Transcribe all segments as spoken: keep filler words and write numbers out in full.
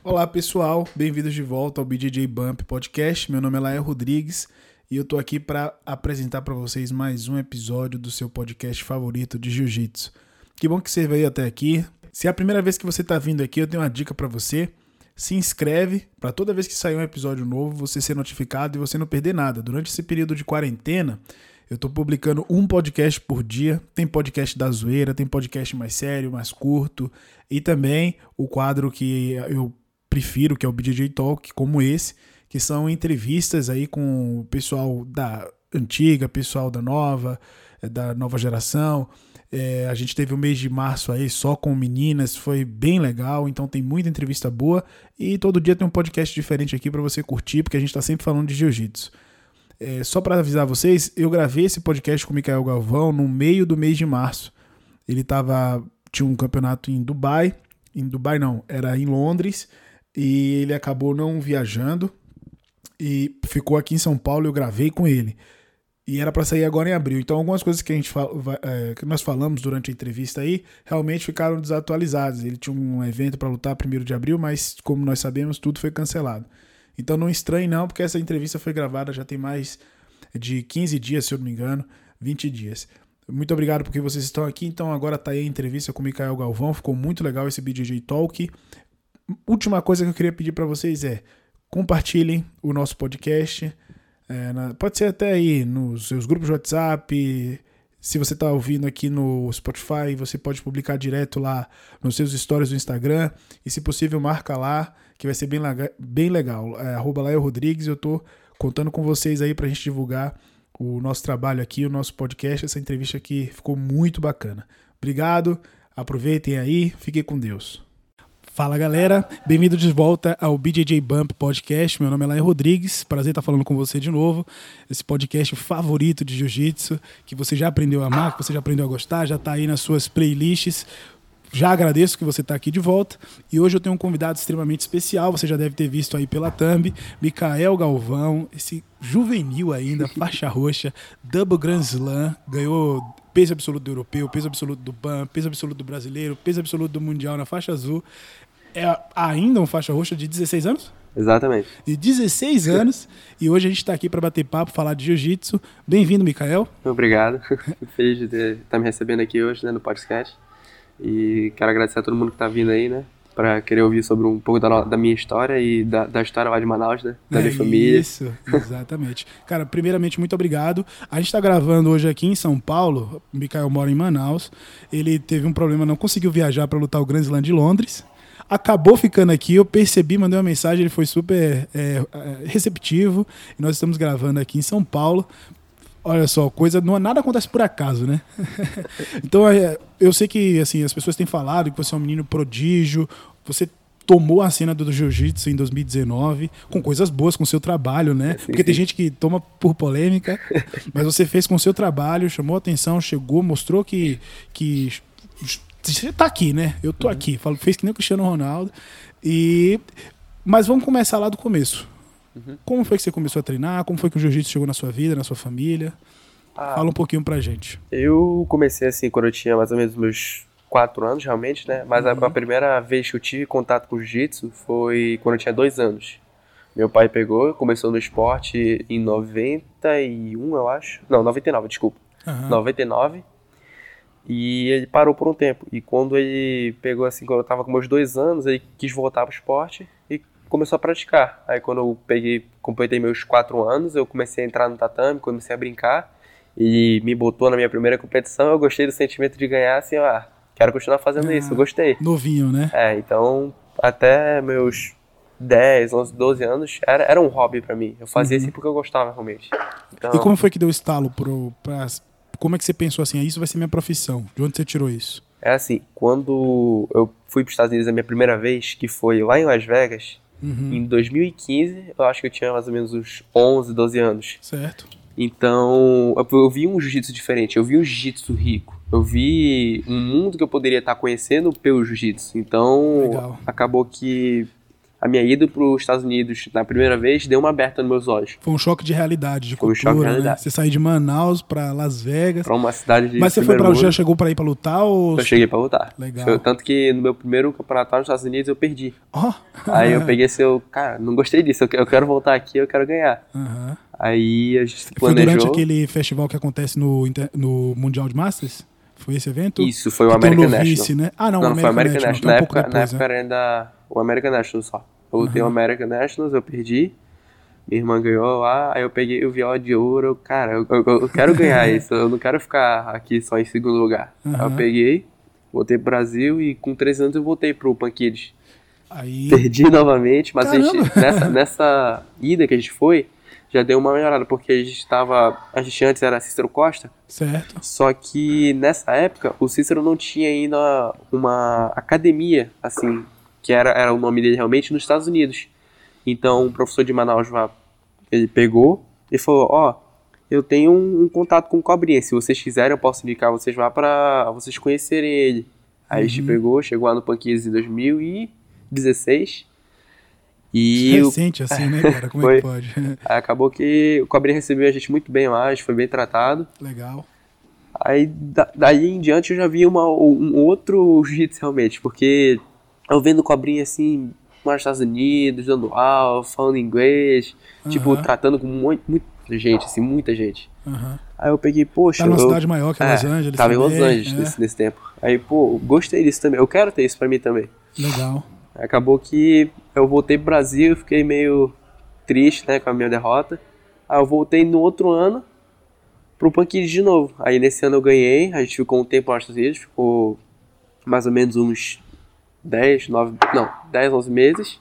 Olá pessoal, bem-vindos de volta ao B J J Bump Podcast. Meu nome é Lael Rodrigues e eu tô aqui para apresentar para vocês mais um episódio do seu podcast favorito de Jiu-Jitsu. Que bom que você veio até aqui. Se é a primeira vez que você tá vindo aqui, eu tenho uma dica para você. Se inscreve para toda vez que sair um episódio novo você ser notificado e você não perder nada. Durante esse período de quarentena, eu tô publicando um podcast por dia. Tem podcast da zoeira, tem podcast mais sério, mais curto e também o quadro que eu prefiro, que é o B J J Talk, como esse, que são entrevistas aí com o pessoal da antiga, pessoal da nova, da nova geração. É, a gente teve o mês de março aí só com meninas, foi bem legal, então tem muita entrevista boa e todo dia tem um podcast diferente aqui para você curtir, porque a gente tá sempre falando de jiu-jitsu. É, só para avisar vocês, eu gravei esse podcast com o Micael Galvão no meio do mês de março. Ele tava, tinha um campeonato em Dubai, em Dubai não, era em Londres, e ele acabou não viajando e ficou aqui em São Paulo e eu gravei com ele. E era para sair agora em abril. Então algumas coisas que, a gente fala, é, que nós falamos durante a entrevista aí realmente ficaram desatualizadas. Ele tinha um evento para lutar primeiro de abril, mas como nós sabemos, tudo foi cancelado. Então não estranhe não, porque essa entrevista foi gravada já tem mais de quinze dias, se eu não me engano, vinte dias. Muito obrigado porque vocês estão aqui. Então agora tá aí a entrevista com o Micael Galvão. Ficou muito legal esse B J J Talk. Última coisa que eu queria pedir para vocês é compartilhem o nosso podcast. É, na, pode ser até aí nos seus grupos de WhatsApp. Se você está ouvindo aqui no Spotify, você pode publicar direto lá nos seus stories do Instagram. E se possível, marca lá, que vai ser bem, bem legal. É, arroba Lael Rodrigues. Eu estou contando com vocês aí para a gente divulgar o nosso trabalho aqui, o nosso podcast. Essa entrevista aqui ficou muito bacana. Obrigado, aproveitem aí, fiquem com Deus. Fala galera, bem-vindo de volta ao B J J Bump Podcast. Meu nome é Lael Rodrigues, prazer estar falando com você de novo. Esse podcast favorito de jiu-jitsu, que você já aprendeu a amar, que você já aprendeu a gostar, já está aí nas suas playlists. Já agradeço que você está aqui de volta. E hoje eu tenho um convidado extremamente especial, você já deve ter visto aí pela thumb, Micael Galvão, esse juvenil ainda, faixa roxa, double Grand Slam, ganhou peso absoluto do europeu, peso absoluto do B A M, peso absoluto do brasileiro, peso absoluto do mundial na faixa azul. É ainda um faixa roxa de dezesseis anos? Exatamente. De dezesseis anos. E hoje a gente está aqui para bater papo, falar de jiu-jitsu. Bem-vindo, Micael. Obrigado. Fico feliz de estar me recebendo aqui hoje, né, no podcast. E quero agradecer a todo mundo que está vindo aí, né? Para querer ouvir sobre um pouco da, da minha história e da, da história lá de Manaus, né? Da é minha família. Isso, exatamente. Cara, primeiramente, muito obrigado. A gente está gravando hoje aqui em São Paulo. O Micael mora em Manaus. Ele teve um problema, não conseguiu viajar para lutar o Grand Slam de Londres. Acabou ficando aqui, eu percebi, mandei uma mensagem, ele foi super é, receptivo. E nós estamos gravando aqui em São Paulo. Olha só, coisa, não, nada acontece por acaso, né? Então, eu sei que assim, as pessoas têm falado que você é um menino prodígio, você tomou a cena do jiu-jitsu em dois mil e dezenove, com coisas boas, com o seu trabalho, né? Sim, Porque sim. tem gente que toma por polêmica, mas você fez com o seu trabalho, chamou a atenção, chegou, mostrou que, que você tá aqui, né? Eu tô aqui, falo, fez que nem o Cristiano Ronaldo. E... Mas vamos começar lá do começo. Uhum. Como foi que você começou a treinar? Como foi que o jiu-jitsu chegou na sua vida, na sua família? Ah, Fala um pouquinho pra gente. Eu comecei assim quando eu tinha mais ou menos meus quatro anos, realmente, né? Mas uhum. a, a primeira vez que eu tive contato com o jiu-jitsu foi quando eu tinha dois anos. Meu pai pegou, começou no esporte em noventa e um, eu acho. Não, noventa e nove, desculpa. Uhum. noventa e nove. E ele parou por um tempo. E quando ele pegou assim, quando eu tava com meus dois anos, ele quis voltar pro esporte e começou a praticar. Aí quando eu peguei, completei meus quatro anos, eu comecei a entrar no tatame, comecei a brincar. E me botou na minha primeira competição, eu gostei do sentimento de ganhar, assim, ó, quero continuar fazendo ah, isso, eu gostei. Novinho, né? É, então, até meus dez, onze, doze anos, era, era um hobby pra mim. Eu fazia uhum. assim porque eu gostava, realmente. Então, e como foi que deu o estalo pro... Pra, como é que você pensou assim, ah, isso vai ser minha profissão? De onde você tirou isso? É assim, quando eu fui para os Estados Unidos a minha primeira vez, que foi lá em Las Vegas, uhum. em dois mil e quinze, eu acho que eu tinha mais ou menos uns onze, doze anos. Certo. Então, eu vi um jiu-jitsu diferente, eu vi um jiu-jitsu rico, eu vi um mundo que eu poderia estar conhecendo pelo jiu-jitsu. Então, Legal. Acabou que a minha ida para os Estados Unidos na primeira vez deu uma aberta nos meus olhos. Foi um choque de realidade, de Foi um cultura, choque de né? realidade. Você sair de Manaus pra Las Vegas. Pra uma cidade de Mas você foi primeiro pra, já mundo. chegou pra ir pra lutar? Ou... Eu cheguei pra lutar. Legal. Foi, tanto que no meu primeiro campeonato lá nos Estados Unidos eu perdi. Oh. Aí eu peguei esse, eu, cara, não gostei disso, eu que- eu quero voltar aqui, eu quero ganhar. Aham. Aí a gente Foi planejou. durante aquele festival que acontece no, Inter- no Mundial de Masters? Foi esse evento? Isso, foi o Que tem American Novice, National. né? Ah, não, não, o não foi o American, American National. National. Tá Na um pouco época, na depois, época né? era ainda o American National só. Eu lutei o American Nationals, eu perdi. Minha irmã ganhou lá, aí eu peguei o viola de ouro. Eu, cara, eu, eu, eu quero ganhar isso, eu não quero ficar aqui só em segundo lugar. Aí eu Aham. peguei, voltei pro Brasil e com treze anos eu voltei pro Panquiles. Aí, Perdi novamente, mas a gente, Caramba! nessa, nessa ida que a gente foi, já deu uma melhorada, porque a gente tava. A gente antes era Cícero Costa, certo. só que nessa época o Cícero não tinha ainda uma academia, assim, que era, era o nome dele realmente, nos Estados Unidos. Então o professor de Manaus lá, ele pegou e falou: Ó, eu tenho um, um contato com o Cobrinha, se vocês quiserem eu posso indicar vocês lá pra vocês conhecerem ele. Aí a gente pegou, chegou lá no Panquise em dois mil e dezesseis. E o- Recente assim, né, cara? Como é Foi. que pode? aí acabou que o Cobrinha recebeu a gente muito bem lá, a gente foi bem tratado. Legal. Aí da, daí em diante eu já vi uma, um outro jiu-jitsu realmente, porque eu vendo o Cobrinha assim, lá nos Estados Unidos, dando aula, falando inglês, tipo, Aham. tratando com muito, muita gente, assim, muita gente. Aham. Aí eu peguei, poxa, Tá numa eu, cidade maior que é, Los Angeles tava em Los também, Angeles é. nesse, nesse tempo. Aí, pô, gostei disso também, eu quero ter isso pra mim também. Legal. Acabou que eu voltei pro Brasil, fiquei meio triste, né, com a minha derrota. Aí eu voltei no outro ano pro Panquilhos de novo. Aí nesse ano eu ganhei, a gente ficou um tempo lá nos Estados Unidos, ficou mais ou menos uns dez, nove, não, dez, onze meses.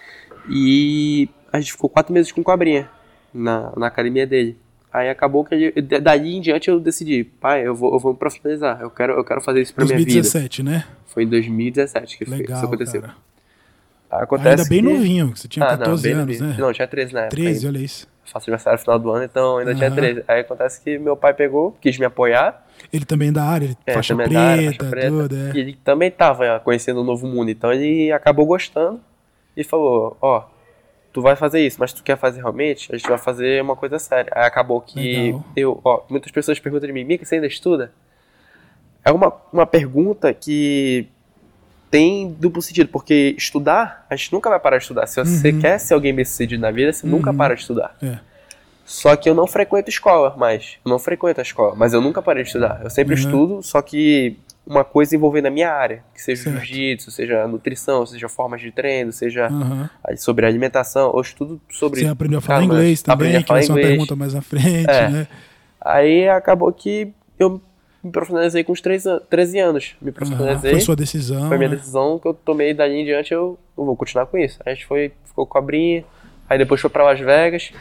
E a gente ficou quatro meses com o Cobrinha na, na academia dele. Aí acabou que ele- daí em diante eu decidi, pai, eu vou, eu vou me profissionalizar, eu quero, eu quero fazer isso pra minha vida. dois mil e dezessete, né? Foi em dois mil e dezessete que foi- Legal, isso aconteceu. cara. Acontece Ainda bem que... novinho, você tinha Ah, não, catorze bem anos, novinho. né? Não, eu tinha treze na época. treze, ainda. olha isso. Faço aniversário no final do ano, então ainda tinha Aham. treze. Aí acontece que meu pai pegou, quis me apoiar. Ele também é da área, ele É, faixa, também é preta, da área, faixa preta. tudo, é. E ele também tava conhecendo o novo mundo, então ele acabou gostando e falou, ó, tu vai fazer isso, mas tu quer fazer realmente? A gente vai fazer uma coisa séria. Aí acabou que Legal. eu, ó, muitas pessoas perguntam de mim, Mica, você ainda estuda? É uma, uma pergunta que tem duplo sentido, porque estudar, a gente nunca vai parar de estudar. Se você Uhum. quer ser alguém bem sucedido na vida, você nunca Uhum. para de estudar. É. Só que eu não frequento escola mais. Eu não frequento a escola, mas eu nunca parei de estudar. Eu sempre Uhum. estudo, só que uma coisa envolvendo a minha área, que seja Certo. jiu-jitsu, seja nutrição, seja formas de treino, seja Aham. sobre alimentação, eu estudo sobre... Você aprendeu a falar Cara, mas inglês aprendi também, a que falar vai ser uma inglês. pergunta mais na frente, É. né? Aí acabou que eu me profissionalizei com uns treze anos. Me Aham. profissionalizei. Foi sua decisão. Foi a minha né? decisão que eu tomei dali em diante, eu, eu vou continuar com isso. Aí a gente foi, ficou com a Cobrinha, aí depois foi pra Las Vegas,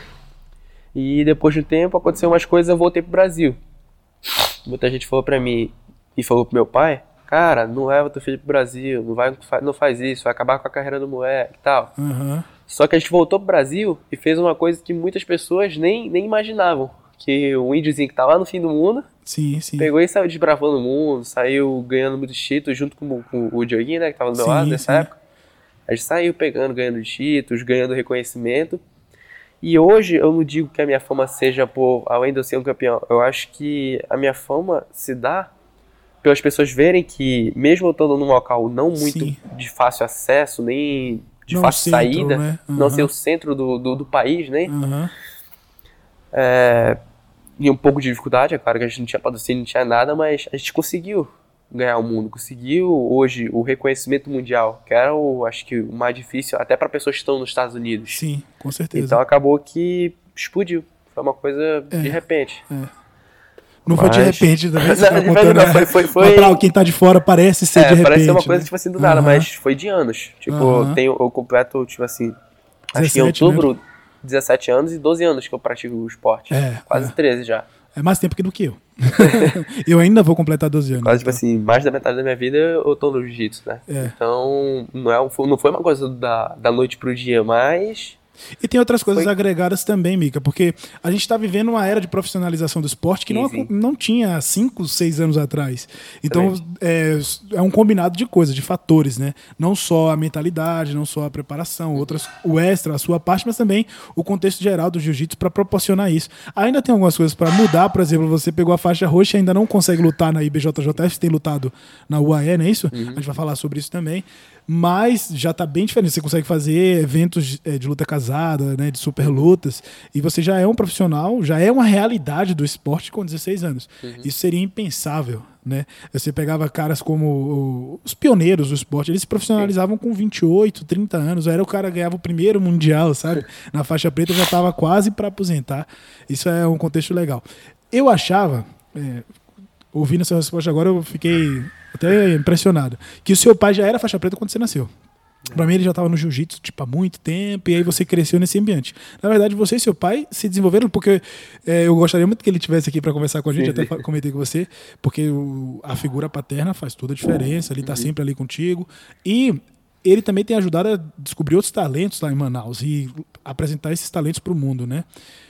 e depois de um tempo aconteceu umas coisas, eu voltei pro Brasil. Muita gente falou pra mim, e falou pro meu pai, cara, não leva teu filho pro Brasil, não, vai, não faz isso, vai acabar com a carreira do moleque e tal. Aham. Só que a gente voltou pro Brasil e fez uma coisa que muitas pessoas nem, nem imaginavam. Que o índiozinho que tá lá no fim do mundo, Sim, sim. pegou e saiu desbravando o mundo, saiu ganhando muitos títulos junto com, o- com o Dioguinho, né, que tava do meu Sim, lado nessa sim. época. A gente saiu pegando, ganhando títulos, ganhando reconhecimento. E hoje eu não digo que a minha fama seja por, além de eu ser um campeão, eu acho que a minha fama se dá pelas pessoas verem que, mesmo eu estando num local não muito Sim. de fácil acesso, nem de Não fácil centro, saída, né? não Aham. ser o centro do, do, do país, né? Aham. É, e um pouco de dificuldade, é claro que a gente não tinha patrocínio, não tinha nada, mas a gente conseguiu ganhar o mundo, conseguiu hoje o reconhecimento mundial, que era o, acho que o mais difícil, até para pessoas que estão nos Estados Unidos. Sim, com certeza. Então acabou que explodiu, foi uma coisa É. de repente. Não foi de Mas- repente também, você Não, tá de contando, repente não, né? foi- foi- foi- Mas pra quem tá de fora parece ser É, de repente. parece ser uma coisa né? tipo assim do nada, Aham. mas foi de anos. Tipo, Aham. eu tenho, eu completo, tipo assim, acho que em dezessete, né? outubro, dezessete anos e doze anos que eu pratico o esporte. É, Quase é. treze já. É mais tempo que do que eu. eu ainda vou completar doze anos. Quase, tipo então. assim, mais da metade da minha vida eu tô no jiu-jitsu, né? É. Então, não, é, um- não foi uma coisa da, da noite pro dia, mas E tem outras coisas Foi... agregadas também, Mica, porque a gente está vivendo uma era de profissionalização do esporte que sim, não, sim. não tinha há cinco, seis anos atrás. Então é, é um combinado de coisas, de fatores, né? Não só a mentalidade, não só a preparação, outras, o extra, a sua parte, mas também o contexto geral do jiu-jitsu para proporcionar isso. Ainda tem algumas coisas para mudar, por exemplo, você pegou a faixa roxa e ainda não consegue lutar na I B J J F, tem lutado na U A E, não é isso? Uhum. A gente vai falar sobre isso também. Mas já está bem diferente. Você consegue fazer eventos de luta casada, né, de super lutas, e você já é um profissional, já é uma realidade do esporte com dezesseis anos. Uhum. Isso seria impensável, né? Você pegava caras como os pioneiros do esporte, eles se profissionalizavam com vinte e oito, trinta anos. Era o cara que ganhava o primeiro mundial, sabe? Na faixa preta já estava quase para aposentar. Isso é um contexto legal. Eu achava, é, ouvindo essa resposta agora, eu fiquei até impressionado, que o seu pai já era faixa preta quando você nasceu. Pra mim ele já estava no jiu-jitsu tipo, há muito tempo, e aí você cresceu nesse ambiente. Na verdade, você e seu pai se desenvolveram, porque é, eu gostaria muito que ele estivesse aqui para conversar com a gente, sim, até sim. comentei com você, porque o, a figura paterna faz toda a diferença, ele está uhum. sempre ali contigo, e ele também tem ajudado a descobrir outros talentos lá em Manaus e apresentar esses talentos para o mundo, né?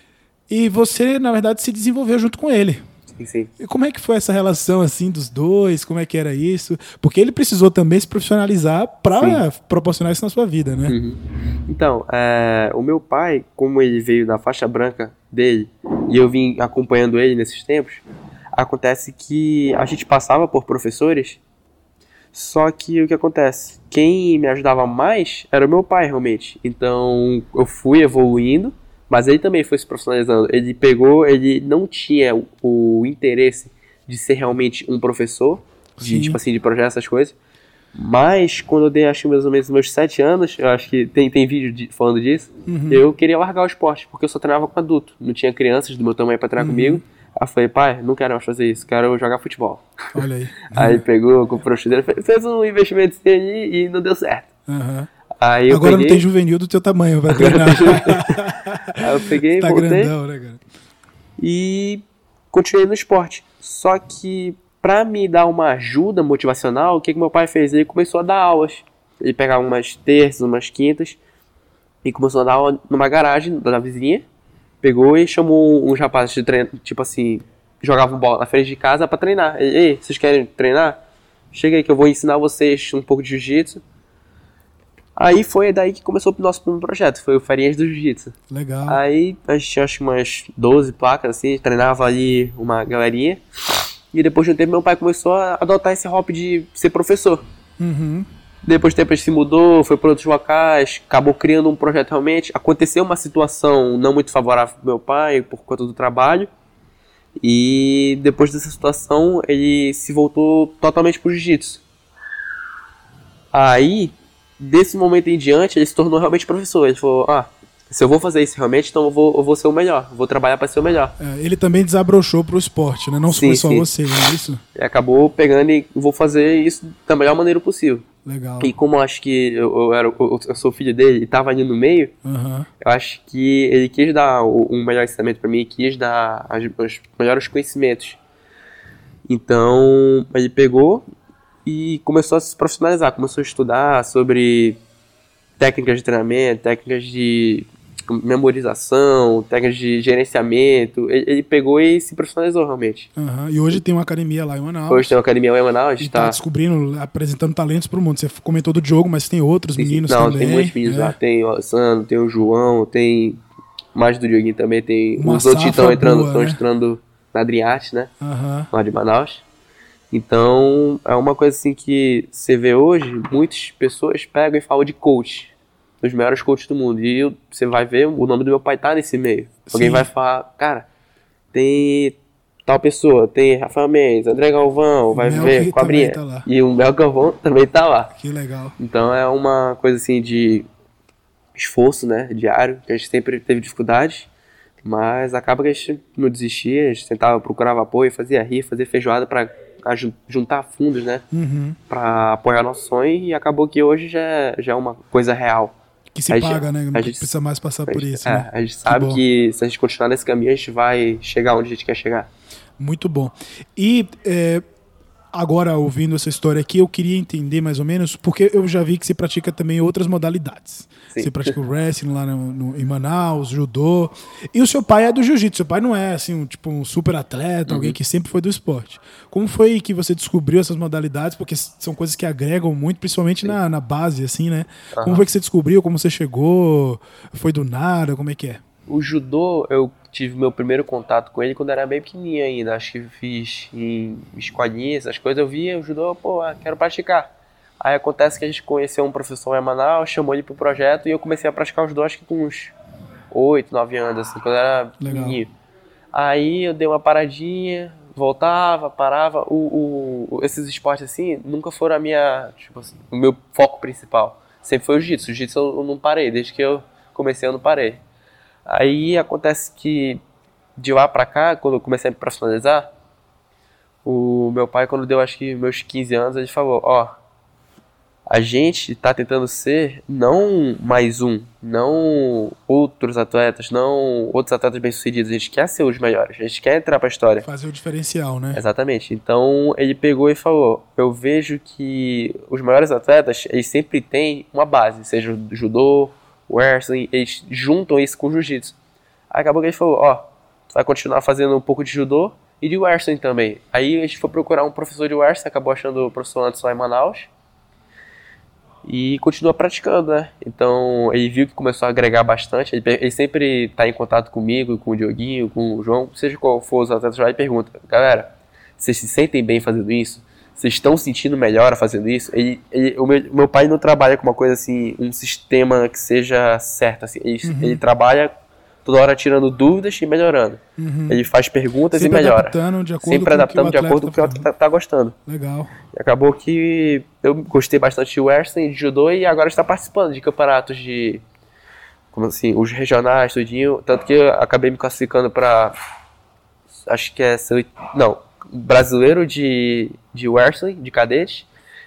E você, na verdade, se desenvolveu junto com ele. Sim. E como é que foi essa relação assim dos dois? Como é que era isso? Porque ele precisou também se profissionalizar para proporcionar isso na sua vida, né? Uhum. Então, é, o meu pai, como ele veio da faixa branca dele e eu vim acompanhando ele nesses tempos, acontece que a gente passava por professores, só que o que acontece? Quem me ajudava mais era o meu pai, realmente. Então, eu fui evoluindo. Mas ele também foi se profissionalizando. Ele pegou, ele não tinha o, o interesse de ser realmente um professor, de, Sim. tipo assim, de projetos, essas coisas. Mas, quando eu dei, acho que mais ou menos meus sete anos, eu acho que tem, tem vídeo de, falando disso, uhum. eu queria largar o esporte, porque eu só treinava com adulto. Não tinha crianças do meu tamanho pra treinar uhum. comigo. Aí eu falei, pai, não quero mais fazer isso, quero jogar futebol. Olha aí. Aí ele pegou, comprou o chuteiro, fez um investimento ali e não deu certo. Aham. Uhum. Aí eu Agora peguei... não tem juvenil do teu tamanho pra treinar. Aí eu peguei, tá voltei grandão, né, cara? E continuei no esporte. Só que pra me dar uma ajuda motivacional, o que, que meu pai fez? Ele começou a dar aulas. Ele pegava umas terças, umas quintas e começou a dar aula numa garagem da vizinha. Pegou e chamou uns rapazes de treino, tipo assim, jogavam bola na frente de casa pra treinar. Ele, ei, vocês querem treinar? Chega aí que eu vou ensinar vocês um pouco de jiu-jitsu. Aí foi daí que começou o nosso primeiro projeto, foi o Farinhas do Jiu-Jitsu. Legal. Aí a gente tinha acho umas doze placas, assim, treinava ali uma galerinha. E depois de um tempo meu pai começou a adotar esse hobby de ser professor. Uhum. Depois de tempo ele se mudou, foi para outros locais, acabou criando um projeto realmente. Aconteceu uma situação não muito favorável pro meu pai por conta do trabalho. E depois dessa situação ele se voltou totalmente pro Jiu-Jitsu. Aí... Desse momento em diante, ele se tornou realmente professor. Ele falou, ah, se eu vou fazer isso realmente, então eu vou, eu vou ser o melhor. Vou trabalhar para ser o melhor. É, ele também desabrochou pro esporte, né? Não sim, foi só sim. você, não é isso? E acabou pegando e vou fazer isso da melhor maneira possível. Legal. E como eu acho que eu, eu, era, eu, eu sou filho dele e tava ali no meio, uhum. eu acho que ele quis dar um melhor ensinamento para mim, quis dar as, os melhores conhecimentos. Então, ele pegou... E começou a se profissionalizar, começou a estudar sobre técnicas de treinamento, técnicas de memorização, técnicas de gerenciamento. Ele, ele pegou e se profissionalizou realmente. Uhum. E hoje tem uma academia lá em Manaus. Hoje tem uma academia lá em Manaus. A gente tá... tá descobrindo, apresentando talentos pro mundo. Você comentou do Diogo, mas tem outros tem, meninos não, também. Não, tem muitos meninos é. lá. Tem o Alessandro, tem o João, tem mais do Dioguinho também. Tem uma os outros que estão entrando, boa, né? entrando na Adriarte, né? Uhum. Lá de Manaus. Então, é uma coisa assim que você vê hoje, muitas pessoas pegam e falam de coach, dos melhores coaches do mundo. E você vai ver, o nome do meu pai tá nesse meio. Sim. Alguém vai falar, cara, tem tal pessoa, tem Rafael Mendes, André Galvão, vai Mel ver, Cobrinha. Tá e o Mel Galvão também tá lá. Que legal. Então é uma coisa assim de esforço, né, diário, que a gente sempre teve dificuldade. Mas acaba que a gente não desistia, a gente tentava, procurava apoio, fazia rir, fazia feijoada pra a juntar fundos, né, uhum. para apoiar nosso sonho, e acabou que hoje já é, já é uma coisa real. Que se a paga, gente, né, não a gente, precisa mais passar a por gente, isso. É, né? A gente sabe que, que se a gente continuar nesse caminho, a gente vai chegar onde a gente quer chegar. Muito bom. E é, Agora, ouvindo essa história aqui, eu queria entender mais ou menos, porque eu já vi que você pratica também outras modalidades. Sim. Você pratica o wrestling lá no, no, em Manaus, judô. E o seu pai é do jiu-jitsu. Seu pai não é assim, um, tipo um super atleta, uhum. alguém que sempre foi do esporte. Como foi que você descobriu essas modalidades? Porque são coisas que agregam muito, principalmente na, na base, assim, né? Uhum. Como foi que você descobriu? Como você chegou? Foi do nada? Como é que é? O judô, eu tive meu primeiro contato com ele quando era bem pequenininho ainda. Acho que fiz em escolinhas, essas coisas. Eu via o judô, pô, quero praticar. Aí acontece que a gente conheceu um professor em Manaus, chamou ele pro projeto e eu comecei a praticar os dois, acho que com uns oito, nove anos, assim, quando eu era pequenininho. Aí eu dei uma paradinha, voltava, parava. O, o, esses esportes, assim, nunca foram a minha, tipo assim, o meu foco principal. Sempre foi o jiu-jitsu. O jiu-jitsu eu não parei, desde que eu comecei eu não parei. Aí acontece que de lá pra cá, quando eu comecei a me profissionalizar, o meu pai, quando deu acho que meus quinze anos, ele falou, ó, a gente tá tentando ser não mais um, não outros atletas, não outros atletas bem-sucedidos, a gente quer ser os melhores, a gente quer entrar pra história. Fazer o diferencial, né? Exatamente. Então ele pegou e falou, eu vejo que os maiores atletas, eles sempre têm uma base, seja o judô, o wrestling, eles juntam isso com o jiu-jitsu. Aí acabou que ele falou, ó, tu vai continuar fazendo um pouco de judô e de wrestling também. Aí a gente foi procurar um professor de wrestling, acabou achando o professor Anderson lá em Manaus e continua praticando, né? Então ele viu que começou a agregar bastante, ele, ele sempre tá em contato comigo, com o Dioguinho, com o João, seja qual for os atletas lá, e pergunta, galera, vocês se sentem bem fazendo isso? Vocês estão sentindo melhor fazendo isso? Ele, ele, o meu, meu pai não trabalha com uma coisa assim, um sistema que seja certo. Assim. Ele, uhum. ele trabalha toda hora tirando dúvidas e melhorando. Uhum. Ele faz perguntas sempre e melhora. Adaptando de acordo Sempre com adaptando que de acordo com o que o atleta está gostando. Legal. E acabou que eu gostei bastante de wrestling, de judô, e agora está participando de campeonatos de, como assim, os regionais, tudinho. Tanto que eu acabei me classificando para, acho que é, não, brasileiro de, de wrestling, de cadete,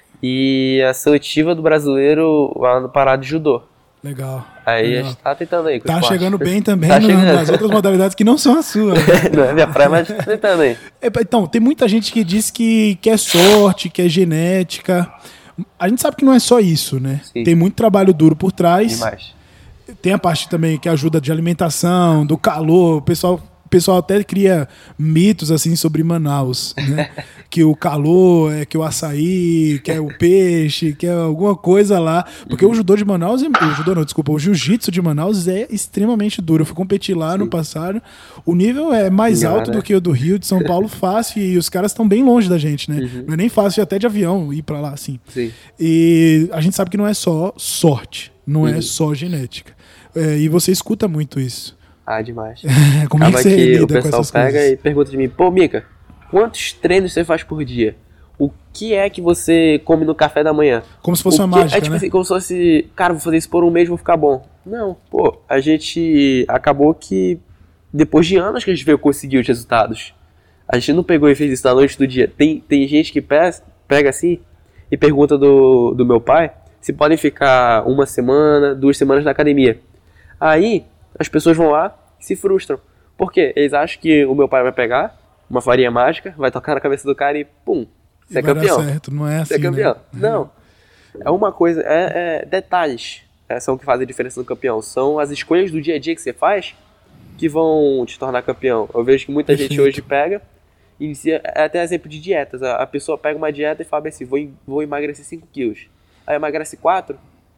e a seletiva do brasileiro lá no Pará de judô. Legal. Aí legal. a gente tá tentando aí. Tá chegando bem também tá no, chegando. nas outras modalidades que não são as suas. Né? Não é minha praia, mas tá tentando aí. Então, tem muita gente que diz que, que é sorte, que é genética. A gente sabe que não é só isso, né? Sim. Tem muito trabalho duro por trás. Demais. Tem a parte também que ajuda de alimentação, do calor, o pessoal... O pessoal até cria mitos assim sobre Manaus, né? Que o calor, é que o açaí, que é o peixe, que é alguma coisa lá. Porque uhum. o judô de Manaus, o judô não, desculpa, o jiu-jitsu de Manaus é extremamente duro. Eu fui competir lá Sim. no passado. O nível é mais Sim, alto né? do que o do Rio, de São Paulo, fácil. E os caras estão bem longe da gente, né? Uhum. Não é nem fácil até de avião ir pra lá, assim. Sim. E a gente sabe que não é só sorte, não uhum. é só genética. É, e você escuta muito isso. Ah, demais. Como Acaba é que você que lida o pessoal com essas pega coisas? E pergunta de mim, pô, Mica, quantos treinos você faz por dia? O que é que você come no café da manhã? Como se fosse o uma que... mágica, é, tipo né? assim, como se fosse, cara, vou fazer isso por um mês, vou ficar bom. Não, pô, a gente acabou que depois de anos que a gente veio conseguir os resultados. A gente não pegou e fez isso na noite do dia. Tem, tem gente que pega, pega assim e pergunta do, do meu pai se podem ficar uma semana, duas semanas na academia. Aí as pessoas vão lá e se frustram. Por quê? Eles acham que o meu pai vai pegar uma farinha mágica, vai tocar na cabeça do cara e pum, você é campeão. Vai dar certo, não é assim, você é campeão. Né? Não. É uma coisa, é, é detalhes é, são que fazem a diferença no campeão. São as escolhas do dia a dia que você faz que vão te tornar campeão. Eu vejo que muita Perfeito. gente hoje pega, inicia, é até exemplo de dietas. A, a pessoa pega uma dieta e fala assim, vou, vou emagrecer cinco quilos. Aí emagrece quatro.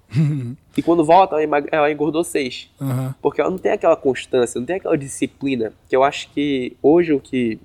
E quando volta, ela engordou seis. Uhum. Porque ela não tem aquela constância, não tem aquela disciplina. Que eu acho que hoje o que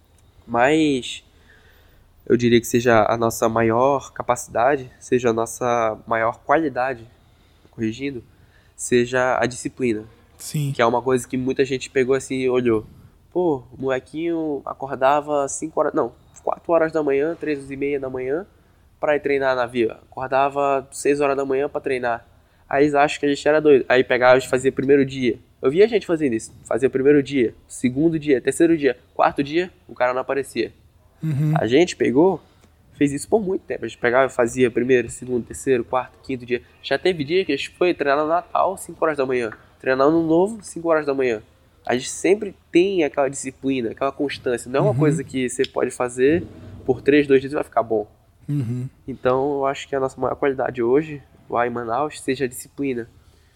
mais, eu diria que seja a nossa maior capacidade, seja a nossa maior qualidade, corrigindo, seja a disciplina. Sim. Que é uma coisa que muita gente pegou assim e olhou. Pô, o molequinho acordava cinco horas, não, quatro horas da manhã, três e meia da manhã, pra ir treinar na vila. Acordava seis horas da manhã pra treinar. Aí eles acham que a gente era doido. Aí pegava e fazia primeiro dia. Eu via a gente fazendo isso. Fazia primeiro dia, segundo dia, terceiro dia, quarto dia, o cara não aparecia. Uhum. A gente pegou, fez isso por muito tempo. A gente pegava e fazia primeiro, segundo, terceiro, quarto, quinto dia. Já teve dia que a gente foi treinar no Natal, cinco horas da manhã. Treinar no Novo, cinco horas da manhã. A gente sempre tem aquela disciplina, aquela constância. Não é uma uhum. coisa que você pode fazer por três, dois dias vai ficar bom. Uhum. Então, eu acho que a nossa maior qualidade hoje, lá em Manaus, seja a disciplina.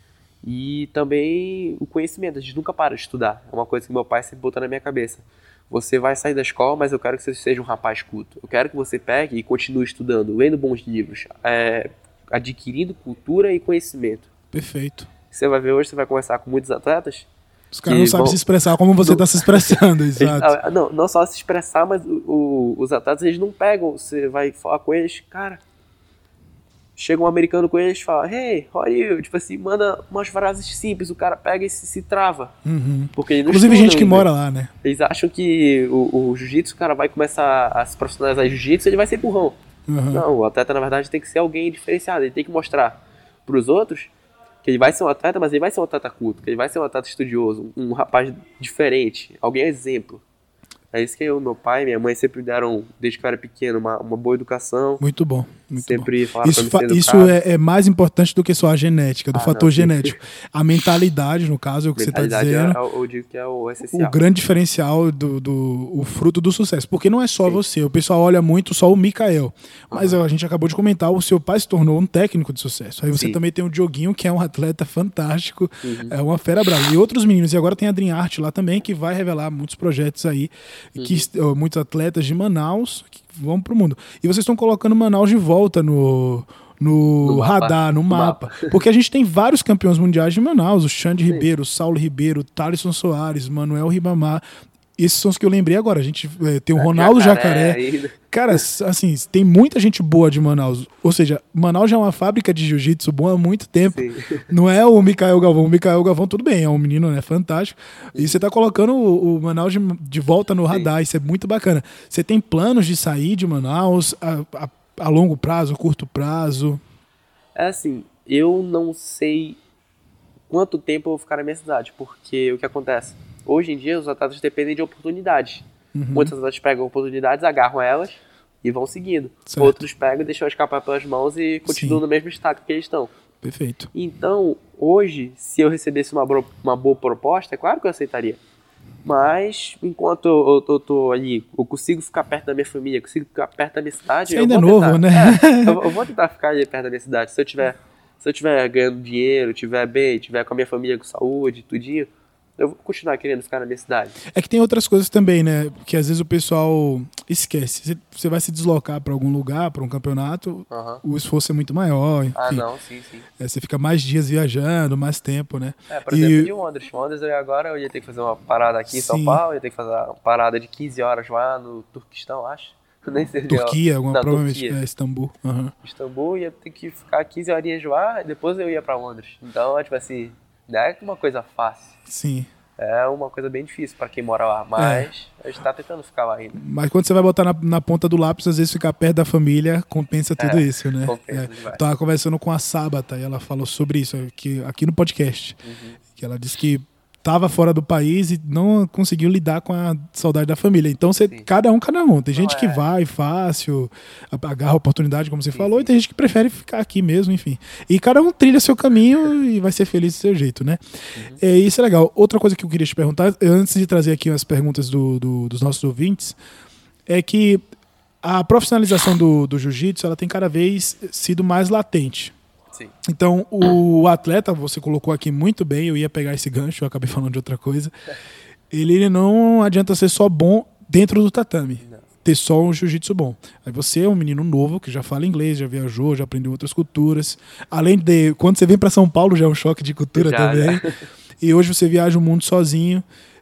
E também o conhecimento. A gente nunca para de estudar. É uma coisa que meu pai sempre botou na minha cabeça. Você vai sair da escola, mas eu quero que você seja um rapaz culto. Eu quero que você pegue e continue estudando, lendo bons livros, é, adquirindo cultura e conhecimento. Perfeito. Você vai ver hoje, você vai conversar com muitos atletas. Os caras não sabem vão... se expressar como você está se expressando, exato. Não, não só se expressar, mas o, o, os atletas, eles não pegam. Você vai falar com eles, cara... Chega um americano com eles e fala, hey, how are you? Tipo assim, manda umas frases simples, o cara pega e se, se trava. Uhum. Porque ele não Inclusive gente que ainda. mora lá, né? Eles acham que o, o jiu-jitsu, o cara vai começar a se profissionalizar em jiu-jitsu, ele vai ser burrão. Uhum. Não, o atleta, na verdade, tem que ser alguém diferenciado. Ele tem que mostrar pros outros que ele vai ser um atleta, mas ele vai ser um atleta culto, que ele vai ser um atleta estudioso, um, um rapaz diferente, alguém exemplo. É isso que eu, meu pai e minha mãe sempre me deram, desde que eu era pequeno, uma, uma boa educação. Muito bom. Muito sempre bom. falaram Isso, pra me ser isso é, é mais importante do que só a genética, do ah, fator não, genético. A mentalidade, no caso, é o que você está dizendo. É, eu digo que é o essencial. O grande diferencial, do, do, o fruto do sucesso. Porque não é só Sim. você. O pessoal olha muito só o Mikael. Mas uhum. a gente acabou de comentar, o seu pai se tornou um técnico de sucesso. Aí você Sim. também tem o Dioguinho, que é um atleta fantástico. Uhum. É uma fera brava. E outros meninos. E agora tem a Dream Art lá também, que vai revelar muitos projetos aí. Uhum. Que, muitos atletas de Manaus que vão pro mundo. E vocês estão colocando Manaus de volta no, no, no radar, no, no mapa. mapa. Porque a gente tem vários campeões mundiais de Manaus. O Xande Sim. Ribeiro, Saulo Ribeiro, Thalisson Soares, Manuel Ribamar. Esses são os que eu lembrei agora. A gente é, tem o Ronaldo Jacaré. Jacaré. Cara, assim, tem muita gente boa de Manaus. Ou seja, Manaus já é uma fábrica de jiu-jitsu boa há muito tempo. Sim. Não é o Mikael Galvão. O Mikael Galvão, tudo bem, é um menino, né? Fantástico. E você tá colocando o, o Manaus de, de volta no radar. Sim. Isso é muito bacana. Você tem planos de sair de Manaus a, a, a longo prazo, curto prazo? É assim, eu não sei quanto tempo eu vou ficar na minha cidade. Porque o que acontece? Hoje em dia, os atletas dependem de oportunidades. Uhum. Muitos atletas pegam oportunidades, agarram elas e vão seguindo. Certo. Outros pegam e deixam escapar pelas mãos e continuam Sim. no mesmo estado que eles estão. Perfeito. Então, hoje, se eu recebesse uma, bro- uma boa proposta, é claro que eu aceitaria. Mas, enquanto eu, eu, eu tô ali, eu consigo ficar perto da minha família, consigo ficar perto da minha cidade... Você eu ainda é vou novo, tentar. né? É, eu, eu vou tentar ficar ali perto da minha cidade. Se eu tiver, se eu tiver ganhando dinheiro, tiver bem, tiver com a minha família com saúde, tudinho... eu vou continuar querendo ficar na minha cidade. É que tem outras coisas também, né? Que às vezes o pessoal esquece. Você vai se deslocar para algum lugar, para um campeonato, uhum. o esforço é muito maior. Enfim. Ah, não, sim, sim. É, você fica mais dias viajando, mais tempo, né? É, por e... exemplo, de Londres. Londres, eu agora eu ia ter que fazer uma parada aqui em São Paulo, ia ter que fazer uma parada de quinze horas lá no Turquistão, acho. Nem sei Turquia, alguma, não, provavelmente Turquia. É, Istambul. Uhum. Istambul, ia ter que ficar quinze horinhas lá e depois eu ia para Londres. Então, tipo assim, não é uma coisa fácil. Sim. É uma coisa bem difícil para quem mora lá, mas é. a gente tá tentando ficar lá ainda. Mas quando você vai botar na, na ponta do lápis, às vezes ficar perto da família compensa tudo é, isso, né? Compensa é. Tava conversando com a Sábata e ela falou sobre isso aqui, aqui no podcast. Uhum. Que ela disse que estava fora do país e não conseguiu lidar com a saudade da família. Então, você, cada um, cada um. Tem gente não, que é. vai fácil, agarra a oportunidade, como você sim, falou, sim. e tem gente que prefere ficar aqui mesmo, enfim. E cada um trilha seu caminho e vai ser feliz do seu jeito, né? Uhum. É, isso é legal. Outra coisa que eu queria te perguntar, antes de trazer aqui as perguntas do, do, dos nossos ouvintes, é que a profissionalização do, do jiu-jitsu, ela tem cada vez sido mais latente. Sim. Então, o atleta, você colocou aqui muito bem, eu ia pegar esse gancho, eu acabei falando de outra coisa. Ele não adianta ser só bom dentro do tatame, não. ter só um jiu-jitsu bom. Aí você é um menino novo que já fala inglês, já viajou, já aprendeu outras culturas. Além de, quando você vem para São Paulo, já é um choque de cultura já, também. Já. E hoje você viaja o mundo sozinho.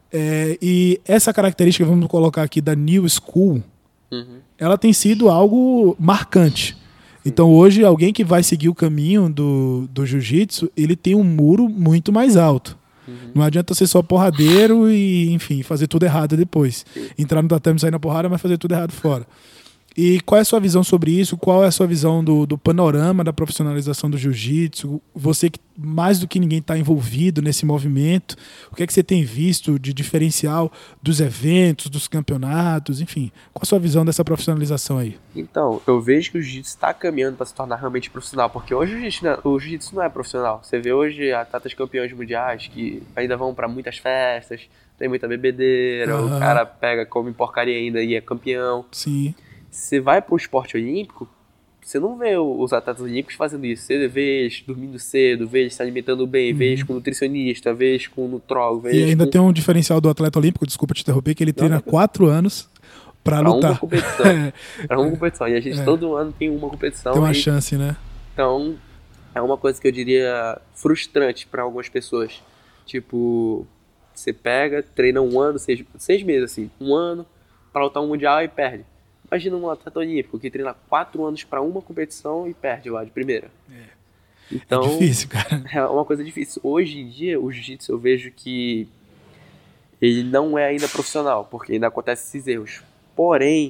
É, e essa característica, vamos colocar aqui, da New School, uhum. ela tem sido algo marcante. Então hoje alguém que vai seguir o caminho do, do jiu-jitsu, ele tem um muro muito mais alto. Uhum. Não adianta ser só porradeiro e, enfim, fazer tudo errado depois. Sim. Entrar no tatame, sair na porrada, mas fazer tudo errado fora. E qual é a sua visão sobre isso? Qual é a sua visão do, do panorama da profissionalização do jiu-jitsu? Você que mais do que ninguém está envolvido nesse movimento, o que é que você tem visto de diferencial dos eventos, dos campeonatos, enfim? Qual a sua visão dessa profissionalização aí? Então, eu vejo que o jiu-jitsu está caminhando para se tornar realmente profissional, porque hoje o jiu-jitsu, não, o jiu-jitsu não é profissional. Você vê hoje atletas campeões mundiais que ainda vão para muitas festas, tem muita bebedeira, uhum. o cara pega, come porcaria ainda e é campeão. Sim. você vai pro esporte olímpico, você não vê os atletas olímpicos fazendo isso. Você vê eles dormindo cedo, vê eles se alimentando bem, uhum. vê eles com nutricionista, vê eles com nutrólogo. Vê e ainda com... tem um diferencial do atleta olímpico, desculpa te interromper, que ele não, treina quatro anos pra, pra lutar. Uma competição. é. Pra uma competição. E a gente é. todo ano tem uma competição. Tem uma e... chance, né? Então, é uma coisa que eu diria frustrante pra algumas pessoas. Tipo, você pega, treina um ano, seis, seis meses assim, um ano pra lutar um mundial e perde. Imagina um atleta olímpico que treina quatro anos para uma competição e perde lá de primeira. É. Então, é difícil, cara. É uma coisa difícil. Hoje em dia, o jiu-jitsu eu vejo que ele não é ainda profissional, porque ainda acontecem esses erros. Porém,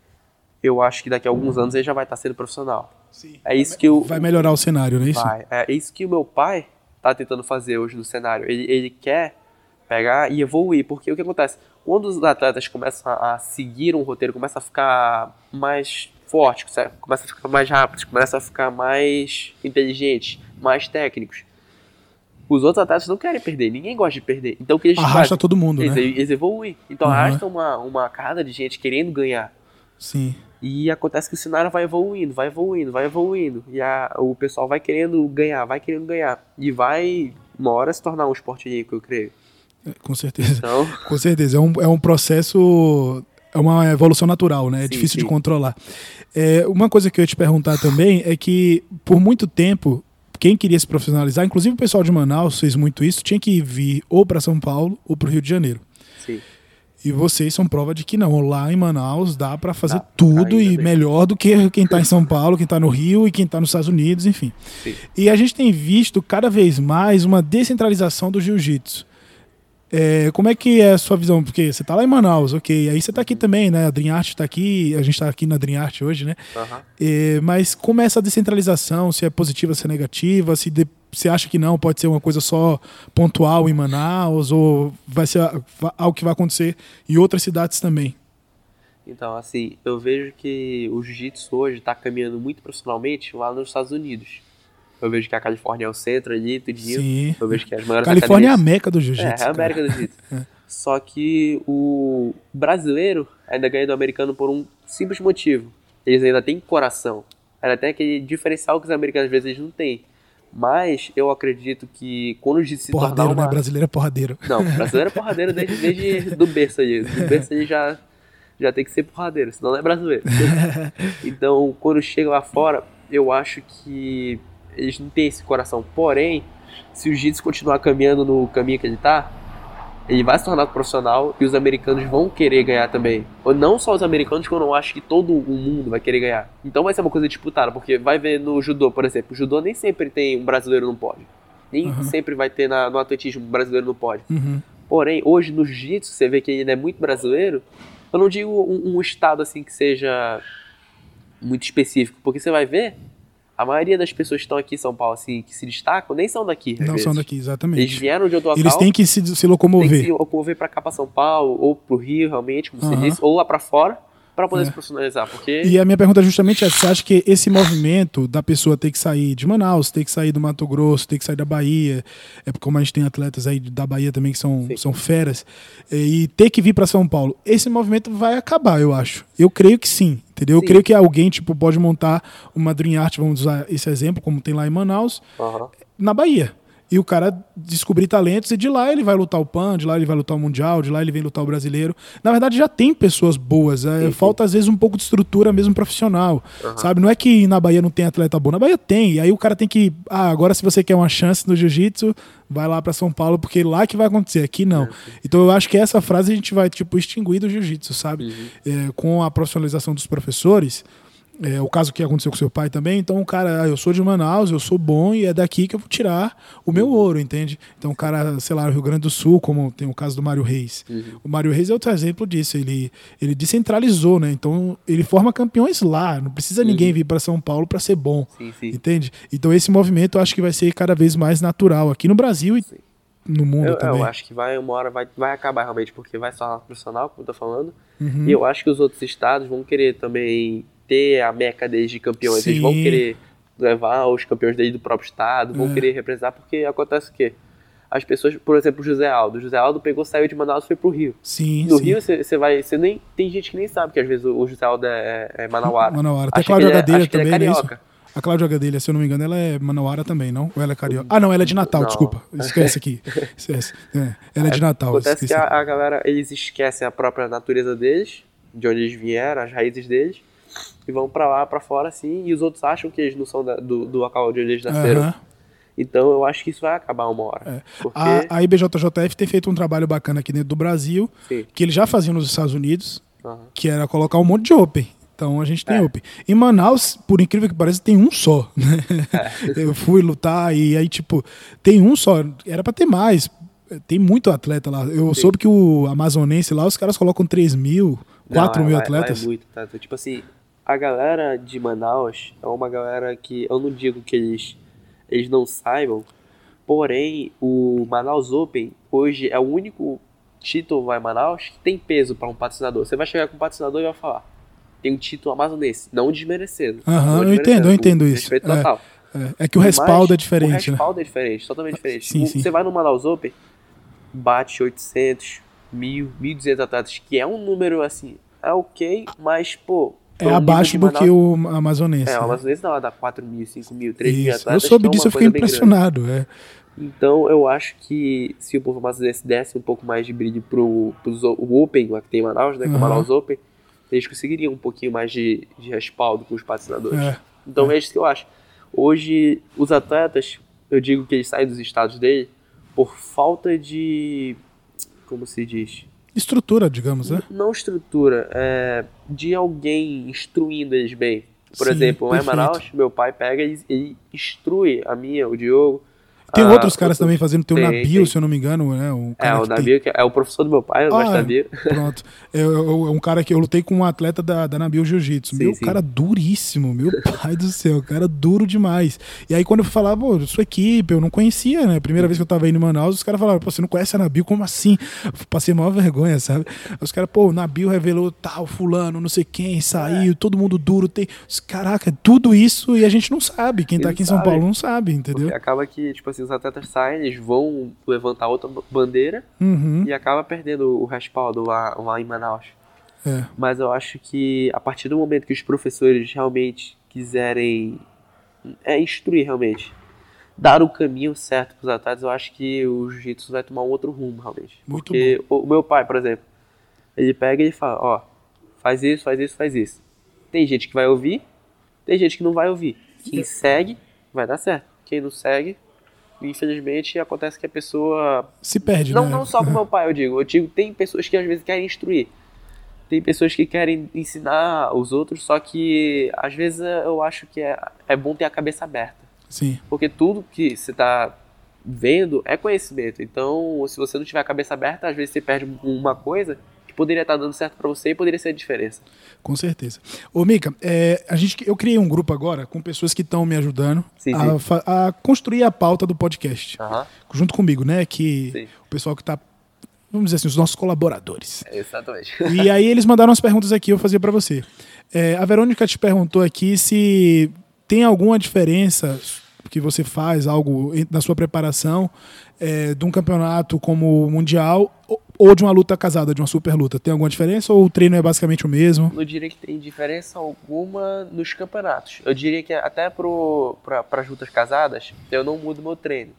eu acho que daqui a alguns anos ele já vai estar sendo profissional. Sim. É isso que eu... Vai melhorar o cenário, não é isso? Vai. É isso que o meu pai tá tentando fazer hoje no cenário. Ele, ele quer pegar e evoluir, porque o que acontece? Quando os atletas começam a seguir um roteiro, começam a ficar mais fortes, começam a ficar mais rápidos, começam a ficar mais inteligentes, mais técnicos, os outros atletas não querem perder, ninguém gosta de perder. Então o que eles arrasta fazem? todo mundo, eles, né? Eles evoluem. Então uhum. arrastam uma, uma carga de gente querendo ganhar. Sim. E acontece que o cenário vai evoluindo, vai evoluindo, vai evoluindo. E a, o pessoal vai querendo ganhar, vai querendo ganhar. E vai, uma hora, se tornar um esporte olímpico, eu creio. Com certeza. Então... Com certeza. É um, é um processo, é uma evolução natural, né? É sim, difícil sim. de controlar. É, uma coisa que eu ia te perguntar também é que, por muito tempo, quem queria se profissionalizar, inclusive o pessoal de Manaus fez muito isso, tinha que vir ou para São Paulo ou para o Rio de Janeiro. Sim. E vocês são prova de que não. Lá em Manaus dá para fazer dá, tudo e bem. melhor do que quem está em São Paulo, quem está no Rio e quem está nos Estados Unidos, enfim. Sim. E a gente tem visto cada vez mais uma descentralização do jiu-jitsu. É, como é que é a sua visão? Porque você tá lá em Manaus, ok, aí você tá aqui também, né? A Dream Art tá aqui, a gente tá aqui na Dream Art hoje, né? Uhum. É, mas como é essa descentralização? Se é positiva, se é negativa? Se de, você acha que não, pode ser uma coisa só pontual em Manaus? Ou vai ser algo que vai acontecer em outras cidades também? Então, assim, eu vejo que o jiu-jitsu hoje tá caminhando muito profissionalmente lá nos Estados Unidos. Eu vejo que a Califórnia é o centro ali, tudinho. Sim. Eu vejo que as maiores Califórnia academias... é a meca do jiu-jitsu. É, é a América do jiu-jitsu. é. Só que o brasileiro ainda ganha do americano por um simples motivo. Eles ainda têm coração. Ainda tem aquele diferencial que os americanos às vezes não têm. Mas eu acredito que quando o jiu-jitsu se tornar porradeiro, uma... né? Brasileiro é porradeiro. Não, brasileiro é porradeiro desde, desde do berço ali. Do berço ali já, já tem que ser porradeiro, senão não é brasileiro. Então, quando chega lá fora, eu acho que eles não têm esse coração. Porém, se o jiu-jitsu continuar caminhando no caminho que ele tá, ele vai se tornar profissional e os americanos vão querer ganhar também. Ou não só os americanos, que eu não acho que todo o mundo vai querer ganhar. Então vai ser uma coisa disputada, porque vai ver no judô, por exemplo. O judô nem sempre tem um brasileiro no pódio. Nem uhum. sempre vai ter na, no atletismo um brasileiro no pódio. Uhum. Porém, hoje no jiu-jitsu, você vê que ele é muito brasileiro. Eu não digo um, um estado assim que seja muito específico, porque você vai ver... A maioria das pessoas que estão aqui em São Paulo, assim, que se destacam, nem são daqui. Não vezes. são daqui, exatamente. Eles vieram de outro local. Eles têm que se, se locomover. Tem que se locomover pra cá, pra São Paulo, ou pro Rio, realmente, como uhum. você disse, ou lá pra fora, pra poder é. se profissionalizar. Porque... E a minha pergunta justamente é, você acha que esse movimento da pessoa ter que sair de Manaus, ter que sair do Mato Grosso, ter que sair da Bahia, é como a gente tem atletas aí da Bahia também que são, são feras, e ter que vir pra São Paulo, esse movimento vai acabar, eu acho. Eu creio que sim. Entendeu? Eu creio que alguém tipo, pode montar uma Dream Art, vamos usar esse exemplo, como tem lá em Manaus, uhum. na Bahia. E o cara descobrir talentos e de lá ele vai lutar o Pan, de lá ele vai lutar o Mundial, de lá ele vem lutar o Brasileiro. Na verdade já tem pessoas boas, é, sim, falta sim. às vezes um pouco de estrutura mesmo profissional, uhum. sabe? Não é que na Bahia não tem atleta bom, na Bahia tem, e aí o cara tem que, ah, agora se você quer uma chance no jiu-jitsu, vai lá pra São Paulo, porque lá que vai acontecer, aqui não. É, então eu acho que essa frase a gente vai tipo extinguir do jiu-jitsu, sabe? Uhum. É, com a profissionalização dos professores, é, o caso que aconteceu com seu pai também, então o cara, ah, eu sou de Manaus, eu sou bom e é daqui que eu vou tirar o meu ouro, entende? Então o cara, sei lá, no Rio Grande do Sul, como tem o caso do Mário Reis. Uhum. O Mário Reis é outro exemplo disso, ele, ele descentralizou, né? Então ele forma campeões lá, não precisa uhum. ninguém vir para São Paulo para ser bom, sim, sim. entende? Então esse movimento eu acho que vai ser cada vez mais natural aqui no Brasil e sim. no mundo eu, também. Eu acho que vai, uma hora vai, vai acabar realmente, porque vai se tornar profissional, como eu tô falando, uhum. e eu acho que os outros estados vão querer também ter a meca deles de campeões. Sim. Eles vão querer levar os campeões deles do próprio estado, vão é. querer representar, porque acontece o quê? as pessoas, por exemplo, o José Aldo. O José Aldo pegou, saiu de Manaus e foi pro Rio. Sim, No sim. Rio, você vai, você nem, tem gente que nem sabe que às vezes o José Aldo é, é Manauara. Manauara. Até a Acha Cláudia que ele é- Gadelha acha que ele é também, não é isso? carioca. A Cláudia Gadelha, se eu não me engano, ela é manauara também, não? Ou ela é carioca? Ah, não, ela é de Natal, Não. desculpa. Esquece aqui. Esquece. É, ela é de Natal, Acontece esqueci. que a, a galera, eles esquecem a própria natureza deles, de onde eles vieram, as raízes deles, e vão pra lá, pra fora, assim, e os outros acham que eles não são da- do, do local onde eles nasceram. Aham. Então eu acho que isso vai acabar uma hora. É. Porque, A, a I B J J F tem feito um trabalho bacana aqui dentro do Brasil, sim, que eles já faziam nos Estados Unidos, aham. que era colocar um monte de Open. Então a gente tem É. Open. Em Manaus, por incrível que pareça, tem um só. Né? É. Eu fui lutar e aí, tipo, tem um só. Era pra ter mais. Tem muito atleta lá. Eu Sim. soube que o amazonense lá, os caras colocam três mil, quatro Não, mil lá- lá atletas. é muito, tá? Tipo assim, a galera de Manaus é uma galera que eu não digo que eles, eles não saibam, porém o Manaus Open hoje é o único título lá em Manaus que tem peso para um patrocinador. Você vai chegar com um patrocinador e vai falar, tem um título amazonense, não desmerecendo. Aham, não eu desmerecendo, entendo, eu com entendo isso. Respeito É. total. É, é que o respaldo Mas é diferente, O respaldo é diferente, totalmente diferente. Sim, O- sim. Você vai no Manaus Open, bate oitocentos, mil, mil e duzentos atletas, que é um número assim, é ok, mas pô... né? É pro abaixo nível do de que Manaus- o amazonense. É, o né? amazonense não, dá quatro mil, cinco mil, três mil Isso. atletas. Eu soube então é disso, uma eu fiquei coisa bem grande. impressionado. É. Então eu acho que se o povo amazonense desse um pouco mais de brilho pro, pro zo- o Open, lá que tem em Manaus, né, que é o Aham. Manaus Open, eles conseguiriam um pouquinho mais de, de respaldo com os patrocinadores. É. Então é. isso que eu acho. Hoje, os atletas, eu digo que eles saem dos estados dele por falta de... Como se diz? Estrutura, digamos, né? Não estrutura, é de alguém instruindo eles bem. Por Sim, exemplo, lá em perfeito. Manaus, meu pai pega e, e instrui a minha, o Diogo. Tem a- outros caras outro- também fazendo, tem o tem, Nabil, tem. se eu não me engano, né? Um É, cara o que tem- Nabil, que é o professor do meu pai, o Ah, Mestre Nabil. Pronto. É, é um cara que eu lutei com um atleta da, da Nabil Jiu-Jitsu. Sim, Meu, sim. cara duríssimo, meu pai do céu, cara duro demais. E aí quando eu falava, pô, sua equipe, eu não conhecia, né? Primeira vez que eu tava indo em Manaus, os caras falaram, pô, você não conhece a Nabil? Como assim? Eu passei maior vergonha, sabe? Aí os caras, pô, o Nabil revelou tal, fulano, não sei quem, saiu, todo mundo duro, tem... Caraca, tudo isso e a gente não sabe. Quem tá Eles aqui em São sabem. Paulo não sabe, entendeu? Porque acaba que, tipo assim, os atletas saem, eles vão levantar outra bandeira Uhum, e acaba perdendo o respaldo lá, lá em Manaus. é. Mas eu acho que a partir do momento que os professores realmente quiserem é, instruir realmente, dar o caminho certo para os atletas, eu acho que o jiu-jitsu vai tomar um outro rumo realmente. Muito Porque o, o meu pai, por exemplo, ele pega e ele fala, ó, faz isso, faz isso, faz isso. Tem gente que vai ouvir, tem gente que não vai ouvir. Quem segue, vai dar certo. Quem não segue, infelizmente, acontece que a pessoa... Se perde, Não, né? não só com meu pai, eu digo. Eu digo, tem pessoas que às vezes querem instruir. Tem pessoas que querem ensinar os outros, só que às vezes eu acho que é, é bom ter a cabeça aberta. Sim. Porque tudo que você está vendo é conhecimento. Então, se você não tiver a cabeça aberta, às vezes você perde uma coisa que poderia estar dando certo para você e poderia ser a diferença. Com certeza. Ô, Mica, é, a gente, eu criei um grupo agora com pessoas que estão me ajudando Sim, a, sim. fa- a construir a pauta do podcast. Aham, Junto comigo, né? Que sim. o pessoal que tá, vamos dizer assim, os nossos colaboradores. É, exatamente. E aí eles mandaram as perguntas aqui, eu vou fazer pra você. É, a Verônica te perguntou aqui se tem alguma diferença que você faz, algo em- na sua preparação, é, de um campeonato como o Mundial ou, ou de uma luta casada, de uma super luta. Tem alguma diferença ou o treino é basicamente o mesmo? Não diria que tem diferença alguma nos campeonatos. Eu diria que até para as lutas casadas, eu não mudo meu treino.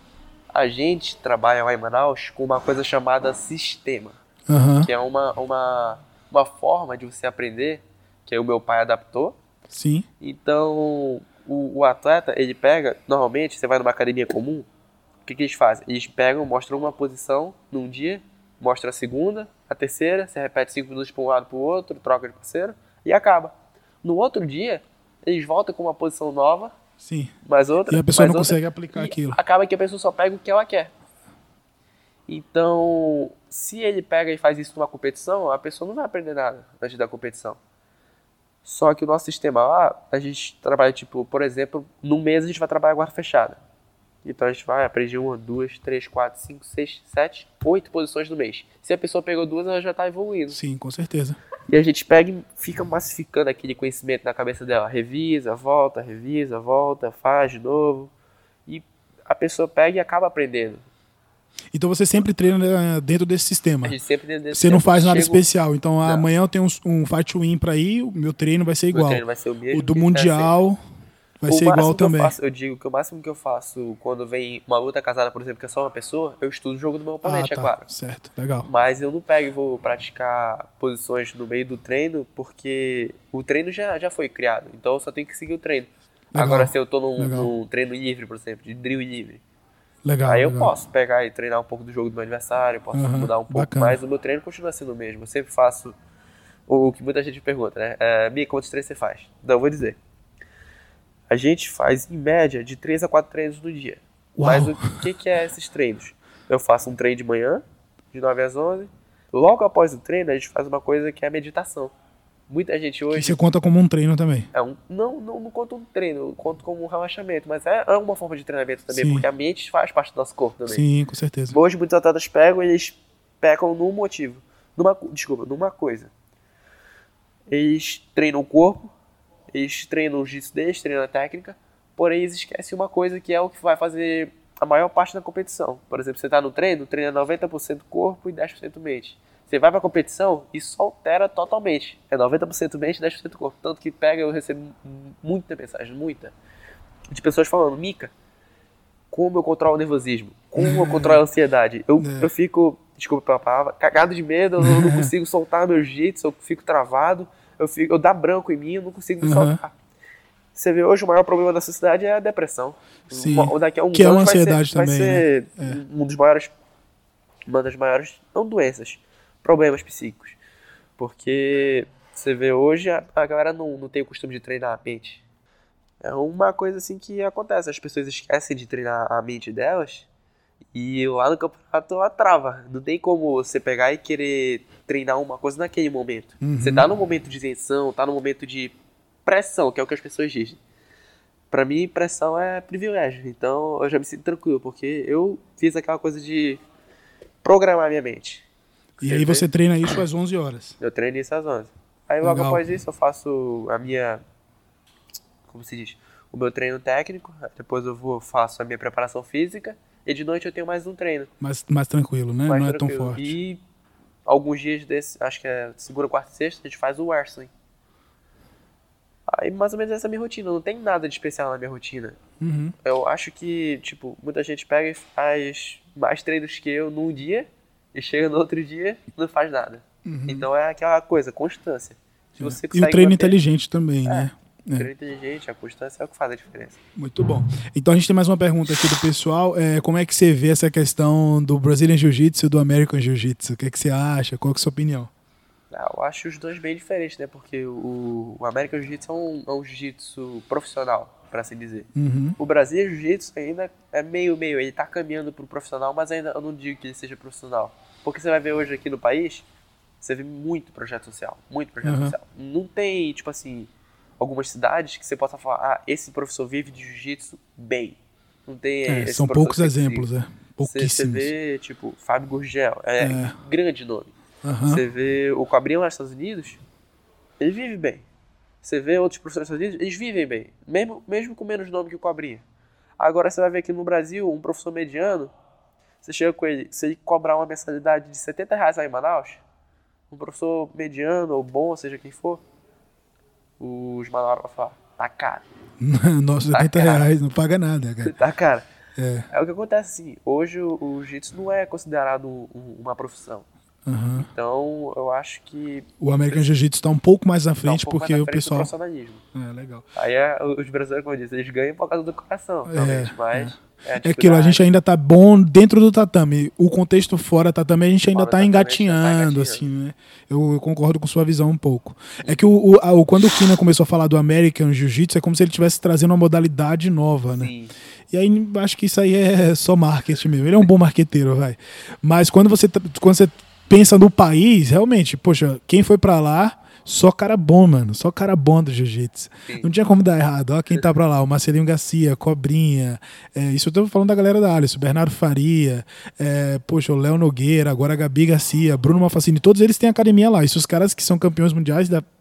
A gente trabalha lá em Manaus com uma coisa chamada sistema, Aham, que é uma, uma, uma forma de você aprender, que o meu pai adaptou. sim. Então, o, o atleta, ele pega, normalmente, você vai numa academia comum, o que, que eles fazem? Eles pegam, mostram uma posição num dia, mostra a segunda, a terceira, você repete cinco minutos para um lado para o outro, troca de parceiro e acaba. No outro dia, eles voltam com uma posição nova, Sim. mais outra, E a pessoa mais não outra, consegue aplicar e aquilo. acaba que a pessoa só pega o que ela quer. Então, se ele pega e faz isso numa competição, a pessoa não vai aprender nada antes da competição. Só que o nosso sistema lá, a gente trabalha, tipo, por exemplo, num mês a gente vai trabalhar guarda fechada. Então a gente vai aprender uma, duas, três, quatro, cinco, seis, sete, oito posições no mês. Se a pessoa pegou duas, ela já está evoluindo. Sim, com certeza. E a gente pega e fica massificando aquele conhecimento na cabeça dela. Revisa, volta, revisa, volta, faz de novo. E a pessoa pega e acaba aprendendo. Então você sempre treina dentro desse sistema? A gente sempre dentro desse Você não sistema. faz nada Chego- especial. Então Não. amanhã eu tenho um, um fight win pra ir, o meu treino vai ser Meu igual. treino vai ser o mesmo. O do que Mundial vai o ser máximo igual que eu também. faço, eu digo que o máximo que eu faço quando vem uma luta casada, por exemplo, que é só uma pessoa, eu estudo o jogo do meu Ah, oponente, é tá. claro. Certo, legal. Mas eu não pego e vou praticar posições no meio do treino, porque o treino já, já foi criado. Então eu só tenho que seguir o treino. Legal, Agora, se eu tô num, legal. num treino livre, por exemplo, de drill livre, Legal. aí eu legal. posso pegar e treinar um pouco do jogo do meu adversário, posso Aham, mudar um pouco, bacana. mas o meu treino continua sendo o mesmo. Eu sempre faço o, o que muita gente pergunta, né? É, Mia, quantos treinos você faz? Então eu vou dizer. A gente faz, em média, de três a quatro treinos no dia. Uau. Mas o que, que é esses treinos? Eu faço um treino de manhã, de nove às onze. Logo após o treino, a gente faz uma coisa que é a meditação. Muita gente Que hoje... você conta como um treino também. É um, não, não, não conto um treino, eu conto como um relaxamento. Mas é, é uma forma de treinamento também, Sim. porque a mente faz parte do nosso corpo também. Sim, com certeza. Hoje muitos atletas pegam e eles pecam num motivo. Numa, desculpa, numa coisa. Eles treinam o corpo, eles treinam o jiu-jitsu deles, treinam a técnica, porém eles esquecem uma coisa que é o que vai fazer a maior parte da competição. Por exemplo, você está no treino, treina noventa por cento corpo e dez por cento mente. Você vai pra competição, isso altera totalmente. É noventa por cento mente e dez por cento corpo. Tanto que pega, eu recebo muita mensagem, muita, de pessoas falando, Mika, como eu controlo o nervosismo? Como eu controlo a ansiedade? Eu, É. eu fico, desculpa pela palavra, cagado de medo, eu não consigo soltar meu jiu-jitsu, eu fico travado, eu, fico, eu dá branco em mim, eu não consigo me Uhum. soltar. Você vê hoje o maior problema da sociedade é a depressão. Sim. Uma- Daqui a uns Que é uma anos vai ser- ansiedade vai também, ser, né? um dos maiores, uma das maiores, não doenças, problemas psíquicos. Porque você vê hoje a, a galera não, não tem o costume de treinar a mente. É uma coisa assim que acontece, as pessoas esquecem de treinar a mente delas e lá no campeonato ela trava. Não tem como você pegar e querer treinar uma coisa naquele momento. Uhum. Você tá no momento de tensão, tá no momento de pressão, que é o que as pessoas dizem. Pra mim, pressão é privilégio, então eu já me sinto tranquilo, porque eu fiz aquela coisa de programar minha mente. E aí você treina isso às onze horas. Eu treino isso às onze. Aí logo Legal. após isso eu faço a minha, como se diz, o meu treino técnico, depois eu vou faço a minha preparação física e de noite eu tenho mais um treino. Mais, mais tranquilo, né? mais Não é tão tranquilo. forte. E alguns dias desse, acho que é segunda, quarta e sexta, a gente faz o wrestling. Aí mais ou menos essa é a minha rotina, não tem nada de especial na minha rotina. Uhum. Eu acho que, tipo, muita gente pega e faz mais treinos que eu num dia e chega no outro dia e não faz nada. Então é aquela coisa, constância. Se você E o consegue treino manter- inteligente também, né? O treino inteligente, a constância é o que faz a diferença. Muito bom. Então a gente tem mais uma pergunta aqui do pessoal. É, como é que você vê essa questão do Brazilian Jiu-Jitsu e do American Jiu-Jitsu? O que, é que você acha? Qual que é a sua opinião? Ah, eu acho os dois bem diferentes, né? Porque o, o American Jiu-Jitsu é um, é um jiu-jitsu profissional, pra assim dizer. Uhum. O Brasil Jiu-Jitsu ainda é meio, meio, ele tá caminhando pro profissional, mas ainda eu não digo que ele seja profissional. Porque você vai ver hoje aqui no país, você vê muito projeto social, muito projeto Uhum. social. Não tem, tipo assim, algumas cidades que você possa falar, ah, esse professor vive de jiu-jitsu bem. Não tem É, esse são professor poucos que você exemplos, consiga. é. Você, Pouquíssimos. você vê, tipo, Fábio Gurgel, é, É. grande nome. Aham. Você vê o Cobrinha lá nos Estados Unidos, ele vive bem. Você vê outros professores nos Estados Unidos, eles vivem bem. Mesmo, mesmo com menos nome que o Cobrinha. Agora você vai ver aqui no Brasil, um professor mediano, você chega com ele, se ele cobrar uma mensalidade de setenta reais lá em Manaus, um professor mediano ou bom, seja quem for, os Manaus vão falar, tá caro, Nossa, Tá setenta caro. reais, não paga nada, cara. tá caro. É. É o que acontece assim, hoje o, o jiu-jitsu não é considerado um- uma profissão. Aham. Então eu acho que O American Jiu-Jitsu está um pouco mais à tá um frente pouco porque mais na o frente do pessoal. profissionalismo. É, legal. Aí é, os brasileiros, como eu disse, eles ganham por causa do coração, realmente, mas... É, É aquilo, a gente ainda tá bom dentro do tatame. O contexto fora tatame, a gente ainda Fora tá do tatame, engatinhando, a gente tá engatinhando. assim, né? Eu, eu concordo com sua visão um pouco. É que o, o, a- o- quando o Kina começou a falar do American Jiu-Jitsu, é como se ele estivesse trazendo uma modalidade nova, né? Sim. E aí, acho que isso aí é só marketing mesmo. Ele é um bom marqueteiro, vai. Mas quando você, tra- quando você pensa no país, realmente, poxa, quem foi pra lá, só cara bom, mano. Só cara bom do jiu-jitsu. Sim. Não tinha como dar errado. Ó, quem tá pra lá, o Marcelinho Garcia, Cobrinha. É, isso eu tô falando da galera da Alisson, Bernardo Faria, é, poxa, o Léo Nogueira, agora a Gabi Garcia, Bruno Malfacini, todos eles têm academia lá. Isso os caras que são campeões mundiais da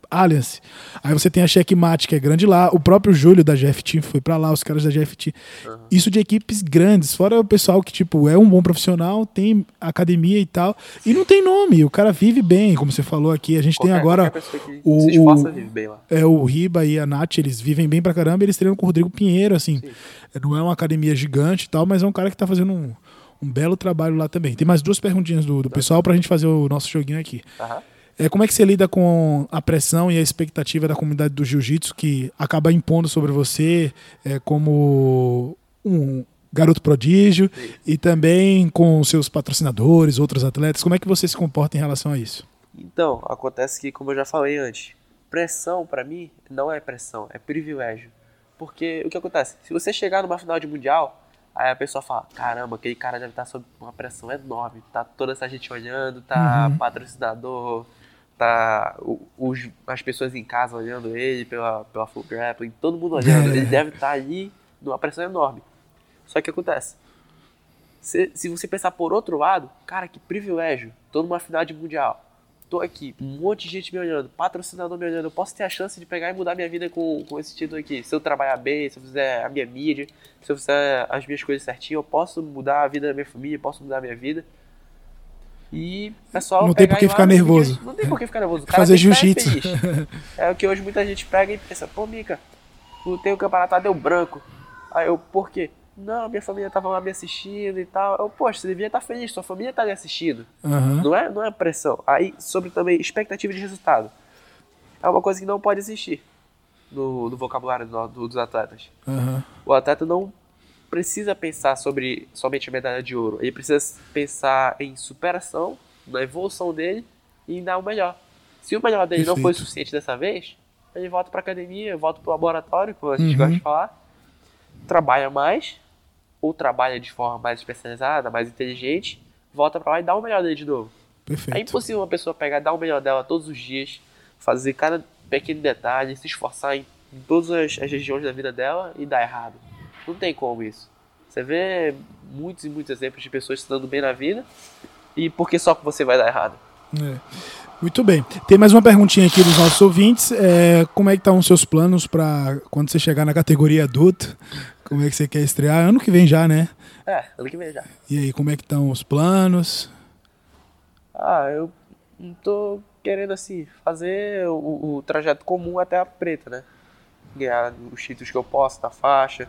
Allianz. Aí você tem a Checkmate, que é grande lá. O próprio Júlio da G F T foi pra lá, os caras da G F T. Uhum. Isso de equipes grandes. Fora o pessoal que, tipo, é um bom profissional, tem academia e tal. E não tem nome. O cara vive bem, como você falou aqui. A gente qualquer, tem agora o, se esforça, vive bem lá. É, o Riba e a Nath, eles vivem bem pra caramba. Eles treinam com o Rodrigo Pinheiro, assim. Sim. Não é uma academia gigante e tal, mas é um cara que tá fazendo um, um belo trabalho lá também. Tem mais duas perguntinhas do, do pessoal pra gente fazer o nosso joguinho aqui. Aham. Uhum. É, como é que você lida com a pressão e a expectativa da comunidade do jiu-jitsu que acaba impondo sobre você é, como um garoto prodígio Sim. e também com seus patrocinadores, outros atletas? Como é que você se comporta em relação a isso? Então, acontece que, como eu já falei antes, pressão pra mim não é pressão, é privilégio. Porque o que acontece? Se você chegar numa final de mundial, aí a pessoa fala, caramba, aquele cara deve estar sob uma pressão enorme, tá toda essa gente olhando, tá uhum. patrocinador... tá os, as pessoas em casa olhando ele pela, pela Full Grappling, todo mundo olhando, ele deve estar ali numa pressão enorme. Só que acontece, se, se você pensar por outro lado, cara, que privilégio, tô numa final de mundial, tô aqui, um monte de gente me olhando, patrocinador me olhando, eu posso ter a chance de pegar e mudar minha vida com, com esse título aqui, se eu trabalhar bem, se eu fizer a minha mídia, se eu fizer as minhas coisas certinho, eu posso mudar a vida da minha família, posso mudar a minha vida. E é só não tem por que ficar nervoso. Dias, não tem por que ficar nervoso. O cara fazer jiu-jitsu. É o que hoje muita gente pega e pensa, pô, Mica, tu tem o campeonato, deu branco. Aí eu, por quê? Não, minha família tava lá me assistindo e tal. Eu, poxa, você devia estar feliz, sua família tá me assistindo. Uhum. Não é, não é pressão. Aí, sobre também expectativa de resultado. É uma coisa que não pode existir no, no vocabulário do, do, dos atletas. Uhum. O atleta não precisa pensar sobre somente a medalha de ouro. Ele precisa pensar em superação, na evolução dele e em dar o melhor. Se o melhor dele Perfeito. Não foi suficiente dessa vez, ele volta para academia, volta para o laboratório, como a gente uhum. gosta de falar, trabalha mais, ou trabalha de forma mais especializada, mais inteligente, volta para lá e dá o melhor dele de novo. Perfeito. É impossível uma pessoa pegar e dar o melhor dela todos os dias, fazer cada pequeno detalhe, se esforçar em, em todas as, as regiões da vida dela e dar errado. Não tem como isso. Você vê muitos e muitos exemplos de pessoas se dando bem na vida e por que só que você vai dar errado? É. Muito bem. Tem mais uma perguntinha aqui dos nossos ouvintes. É, como é que estão os seus planos para quando você chegar na categoria adulto? Como é que você quer estrear? Ano que vem já, né? É, ano que vem já. E aí, como é que estão os planos? Ah, eu não tô querendo, assim, fazer o, o trajeto comum até a preta, né? Ganhar os títulos que eu posso da faixa.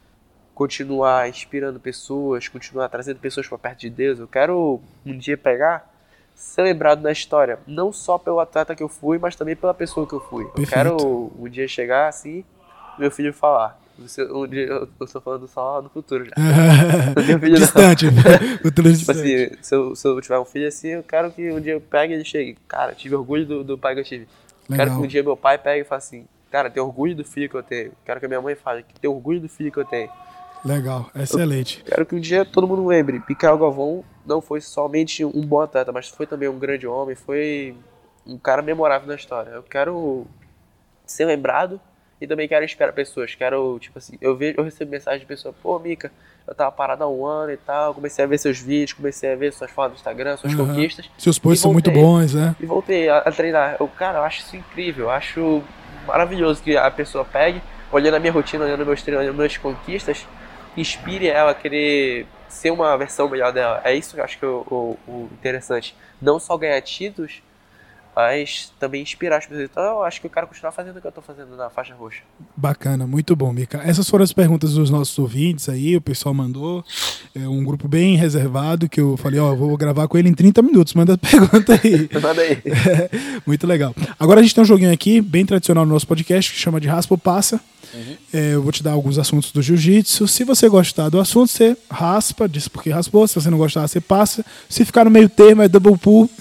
Continuar inspirando pessoas, continuar trazendo pessoas para perto de Deus. Eu quero um dia pegar, ser lembrado na história, não só pelo atleta que eu fui, mas também pela pessoa que eu fui. Perfeito. Eu quero um dia chegar assim, meu filho falar. Um dia, eu estou falando só no futuro já. Não tenho filho distante. Futuro tipo assim, se eu, se eu tiver um filho assim, eu quero que um dia eu pegue e ele chegue. Cara, tive orgulho do, do pai que eu tive. Legal. Quero que um dia meu pai pegue e fale assim, cara, tenho orgulho do filho que eu tenho. Quero que a minha mãe fale que tenho orgulho do filho que eu tenho. Legal, excelente. Eu quero que um dia todo mundo lembre. Mikael Galvão não foi somente um bom atleta, mas foi também um grande homem, foi um cara memorável na história. Eu quero ser lembrado e também quero inspirar pessoas. Quero, tipo assim, eu vejo, eu recebo mensagem de pessoas, pô, Mica, eu tava parado há um ano e tal, comecei a ver seus vídeos, comecei a ver suas fotos no Instagram, suas uhum. conquistas. Seus posts são muito bons, né? E voltei a, a treinar. Eu, cara, eu acho isso incrível, eu acho maravilhoso que a pessoa pegue, olhando a minha rotina, olhando meus treinos, olhando minhas conquistas, inspire ela a querer ser uma versão melhor dela. É isso que eu acho que é o, o, o interessante. Não só ganhar títulos, mas também inspirar as pessoas. Então eu acho que eu quero continuar fazendo o que eu tô fazendo na faixa roxa. Bacana, muito bom, Mica. Essas foram as perguntas dos nossos ouvintes aí, o pessoal mandou. É um grupo bem reservado que eu falei, ó, vou gravar com ele em trinta minutos. Manda a pergunta aí. Manda aí. É, muito legal. Agora a gente tem um joguinho aqui, bem tradicional no nosso podcast, que chama de Raspa ou Passa. Uhum. É, eu vou te dar alguns assuntos do jiu-jitsu. Se você gostar do assunto, você raspa, diz porque raspou. Se você não gostar, você passa. Se ficar no meio termo, é double pull.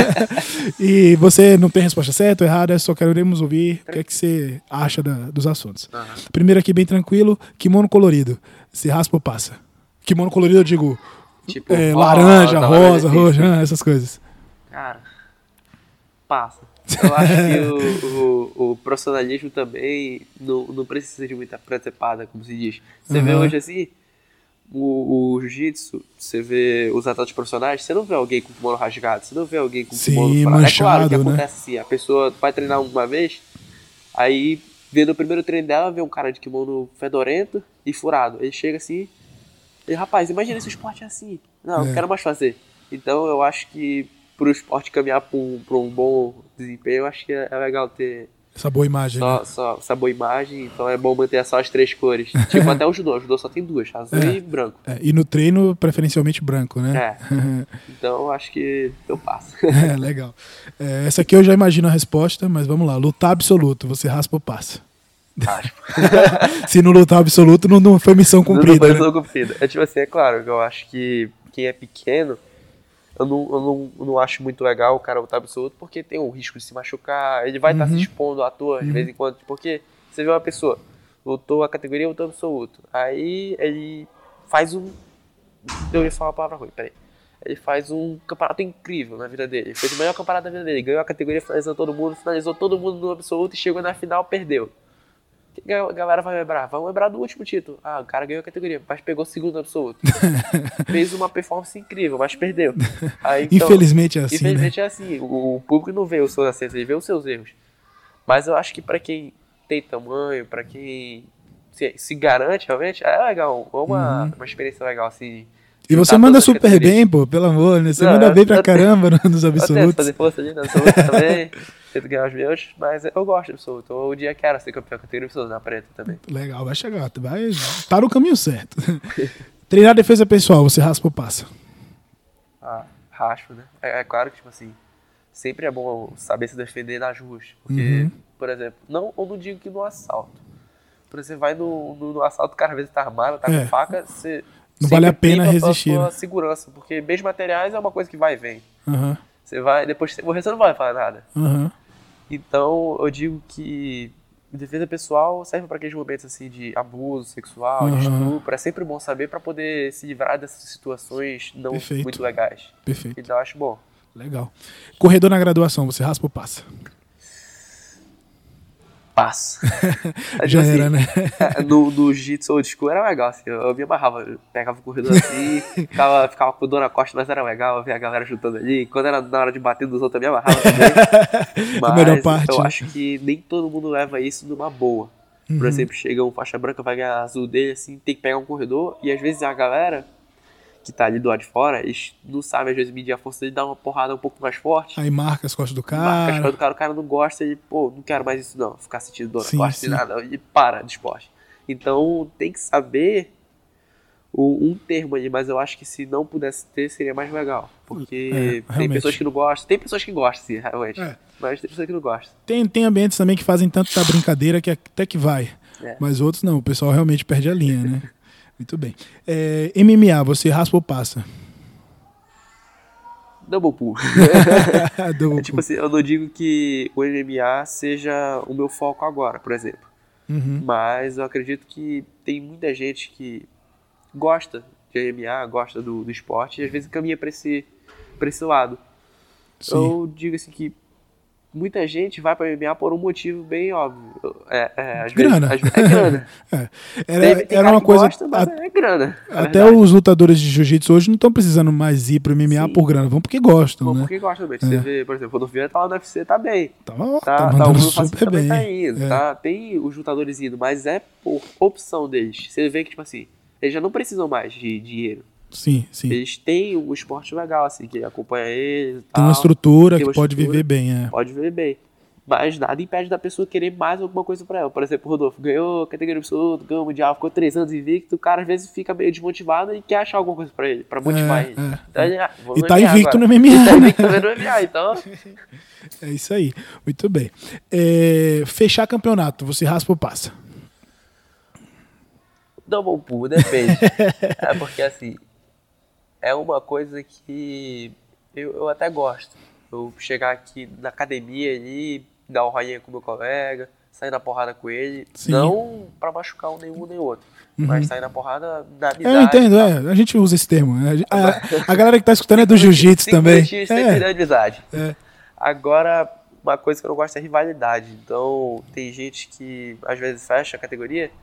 E você não tem resposta certa ou errada, só queremos ouvir o que é que você acha da, dos assuntos. Uhum. Primeiro aqui, bem tranquilo, kimono colorido. Se raspa ou passa? Kimono colorido, eu digo tipo, é, oh, laranja, rosa, roxa, essas coisas. Cara, passa. Eu acho que o, o, o profissionalismo também não, não precisa de muita presepada, como se diz. Você uhum. vê hoje assim, o, o jiu-jitsu, você vê os atletas profissionais, você não vê alguém com kimono rasgado, você não vê alguém com Sim, kimono furado. manchado, É claro que né? acontece assim, a pessoa vai treinar uma vez, aí vê no primeiro treino dela, vê um cara de kimono fedorento e furado. Ele chega assim, e rapaz, imagina se o esporte é assim. Não, É. não quero mais fazer. Então eu acho que pro esporte caminhar pra um, pra um bom desempenho, eu acho que é, é legal ter Essa boa imagem, só, né? só essa boa imagem, então é bom manter só as três cores. Tipo, até o judô, o judô só tem duas, azul É. e branco. É, e no treino, preferencialmente branco, né? É, então eu acho que eu passo. É, legal. É, essa aqui eu já imagino a resposta, mas vamos lá. Lutar absoluto, você raspa ou passa? Acho. Se não lutar absoluto, não, não foi missão Não cumprida. foi né? missão cumprida. É tipo assim, é claro, eu acho que quem é pequeno, eu não, eu não, eu não acho muito legal o cara lutar absoluto, porque tem o risco de se machucar, ele vai estar Uhum. se expondo à toa de vez em quando, porque você vê uma pessoa, lutou a categoria lutou absoluto, aí ele faz um, eu ia falar uma palavra ruim, peraí, ele faz um campeonato incrível na vida dele, ele fez o melhor campeonato da vida dele, ganhou a categoria, finalizou todo mundo, finalizou todo mundo no absoluto e chegou na final, perdeu. A galera vai lembrar, vamos lembrar do último título. Ah, o cara ganhou a categoria, mas pegou o segundo absoluto. Fez uma performance incrível, mas perdeu. Aí, então, Infelizmente é assim, infelizmente né? é assim. O, o público não vê os seus acertos, ele vê os seus erros. Mas eu acho que pra quem tem tamanho, pra quem se, se garante realmente, é legal. É uma, Uhum. uma experiência legal, assim. E você juntar manda todas as super categorias. bem, pô, pelo amor, né? Você Não, manda eu- bem pra eu- caramba nos Eu tento absolutos. fazer força ali na absoluta também, tento ganhar os meus, mas eu gosto do absoluto. Eu um dia quero ser campeão da categoria absoluta na preta também. Legal, vai chegar, vai, tá no caminho certo. Treinar defesa pessoal, você raspa ou passa? Ah, raspo, né? É, é claro que, tipo assim, sempre é bom saber se defender nas ruas. Porque, Uhum. por exemplo, não, eu não digo que no assalto. Por exemplo, você vai no, no, no assalto, o cara às vezes tá armado, tá É. com faca, você. Não sempre vale a pena priva pela resistir, sua né? segurança, porque bens materiais é uma coisa que vai e vem. Aham, Você vai, depois que você morrer, você não vai falar nada. aham. Então, eu digo que defesa pessoal serve para aqueles momentos assim de abuso sexual, de Aham. estupro. É sempre bom saber para poder se livrar dessas situações não Perfeito. muito legais. Perfeito, Então, eu acho bom. legal. Corredor na graduação, você raspa ou passa? Passo. Mas, Já tipo era, né? é, No, no jiu-jitsu old school era legal, assim, eu, eu me amarrava, eu pegava o corredor assim, ficava, ficava com dor na costa, mas era legal, eu via a galera juntando ali, quando era na hora de bater nos outros eu me amarrava também, A melhor mas parte, eu né? acho que nem todo mundo leva isso numa boa. Por Uhum. exemplo, chega um faixa branca, vai ganhar azul dele, assim, tem que pegar um corredor, e às vezes a galera que tá ali do lado de fora, eles não sabem às vezes medir a força dele, dá uma porrada um pouco mais forte, Aí marca as costas do marca as cara. costas do cara, o cara não gosta, ele, pô, não quero mais isso não, ficar sentindo dor na Sim, costa sim. e nada, e para de esporte. Então tem que saber o- um termo ali, mas eu acho que se não pudesse ter, seria mais legal. Porque É, tem realmente. pessoas que não gostam, tem pessoas que gostam, sim, realmente, É. mas tem pessoas que não gostam. Tem, tem ambientes também que fazem tanto da brincadeira que até que vai. É. Mas outros não, o pessoal realmente perde a linha, né? Muito bem. É, M M A, você raspa ou passa? Double pull. Do- É tipo assim, eu não digo que o M M A seja o meu foco agora, por exemplo. Uhum. Mas eu acredito que tem muita gente que gosta de M M A, gosta do, do esporte e às vezes caminha pra esse, pra esse lado. Sim. Eu digo assim que muita gente vai pra M M A por um motivo bem óbvio. É, é, às Grana. Vezes, às- é grana. É. Tem- Era, tem era cara uma que coisa. gosta, mas a- é grana. é até verdade. os lutadores de jiu-jitsu hoje não estão precisando mais ir pro M M A Sim. por grana, vão porque gostam, Bom, né? porque gosta também. Você vê, por exemplo, quando o Vieira tá lá no U F C, tá bem. Tá, ó, Tá, tá tá, o mandando Bruno Fassi super também bem. tá indo, É. tá? Tem os lutadores indo, mas é por opção deles. Você vê que, tipo assim, eles já não precisam mais de dinheiro. Sim, sim. Eles têm um esporte legal, assim, que acompanha eles e Tem uma tal, estrutura tem que uma pode estrutura. viver bem, é. Pode viver bem. Mas nada impede da pessoa querer mais alguma coisa pra ela. Por exemplo, o Rodolfo ganhou categoria absoluta, ganhou o mundial, ficou três anos invicto. O cara às vezes fica meio desmotivado e quer achar alguma coisa pra ele, pra motivar É, ele. é, Então ele, ah, vou E no tá M M A invicto agora. no M M A, E tá né? invicto também no M M A, então. É isso aí. Muito bem. É, fechar campeonato, você raspa ou passa? Double pull, depende. É porque assim, é uma coisa que eu, eu até gosto. Eu chegar aqui na academia ali, dar uma rolinha com o meu colega, sair na porrada com ele. Sim. Não pra machucar um nenhum nem outro. Uhum. Mas sair na porrada da amizade. Eu entendo, tá? é. A gente usa esse termo. né? A, a- a galera que tá escutando é do Cinco jiu-jitsu minutinhos- também. cinco minutinhos sempre da É, amizade. é. Agora, uma coisa que eu não gosto é rivalidade. Então, tem gente que às vezes fecha a categoria.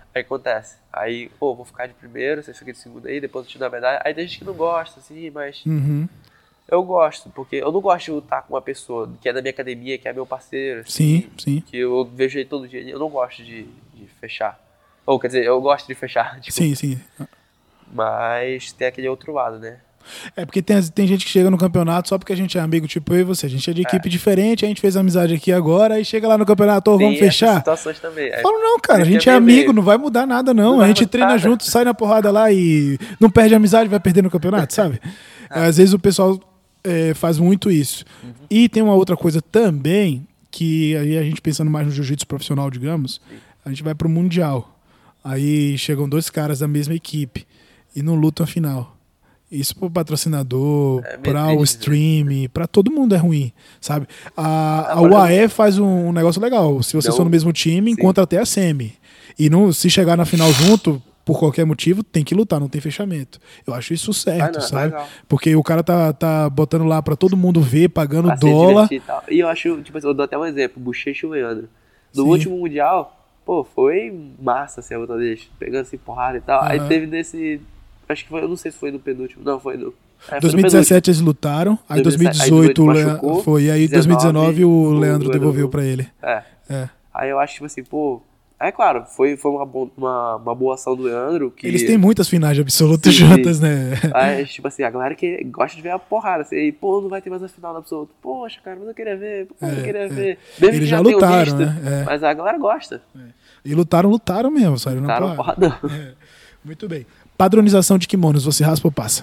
Aí acontece. Aí, pô, vou ficar de primeiro, você fica de segundo aí, depois eu te dou a medalha. Aí tem gente que não gosta, assim, mas Uhum. eu gosto, porque eu não gosto de lutar com uma pessoa que é da minha academia, que é meu parceiro, assim, Sim, sim. que eu vejo ele todo dia. Eu não gosto de, de fechar. Ou, quer dizer, eu gosto de fechar, desculpa. Sim, sim. Mas tem aquele outro lado, né? É porque tem, tem gente que chega no campeonato só porque a gente é amigo, tipo eu e você. A gente é de equipe diferente, a gente fez amizade aqui agora, aí chega lá no campeonato, ô, vamos Tem essas fechar? situações também. Eu falo, não, cara, a Por isso gente que é meio amigo, meio. não vai mudar nada, não. Não A vai gente mudar treina nada. junto, sai na porrada lá e não perde a amizade, vai perder no campeonato, sabe? Às vezes o pessoal é, faz muito isso. Uhum. E tem uma outra coisa também, que aí a gente pensando mais no jiu-jitsu profissional, digamos, a gente vai pro Mundial. Aí chegam dois caras da mesma equipe e não lutam a final. Isso pro patrocinador, É meio para triste, o né? stream, pra todo mundo é ruim, sabe? A, a Agora, U A E faz um, um negócio legal. Se vocês Não- estão no mesmo time, Sim. encontra até a semi. E não, se chegar na final junto, por qualquer motivo, tem que lutar, não tem fechamento. Eu acho isso certo, Ah, não, sabe? legal. Porque o cara tá, tá botando lá pra todo mundo ver, pagando Pra se dólar. divertir e tal. E eu acho, tipo assim, eu dou até um exemplo, Bochecha e o Leandro. No Sim. último Mundial, pô, foi massa assim, a luta deles, pegando assim porrada e tal. Aí Aham. teve nesse, acho que foi, eu não sei se foi no penúltimo, não, foi no... É, foi no dois mil e dezessete eles lutaram, aí dois mil e dezoito o Lea- machucou, foi, e aí dois mil e dezenove o o Leandro devolveu Leandro- pra ele. É. É. Aí eu acho, tipo assim, pô... É claro, foi, foi uma, bo- uma, uma boa ação do Leandro, que... Eles têm muitas finais de absoluto Sim, juntas, né? Aí, tipo assim, a galera que gosta de ver a porrada, assim, e, pô, não vai ter mais a final do absoluto. Poxa, cara, mas eu queria ver, pô, eu É, queria é. ver. Mesmo Eles que já tenham lutaram, visto, né? É. mas a galera gosta. E lutaram, lutaram mesmo, saíram na Tá no porrada. porradão. É. Muito bem. Padronização de kimonos, você raspa ou passa?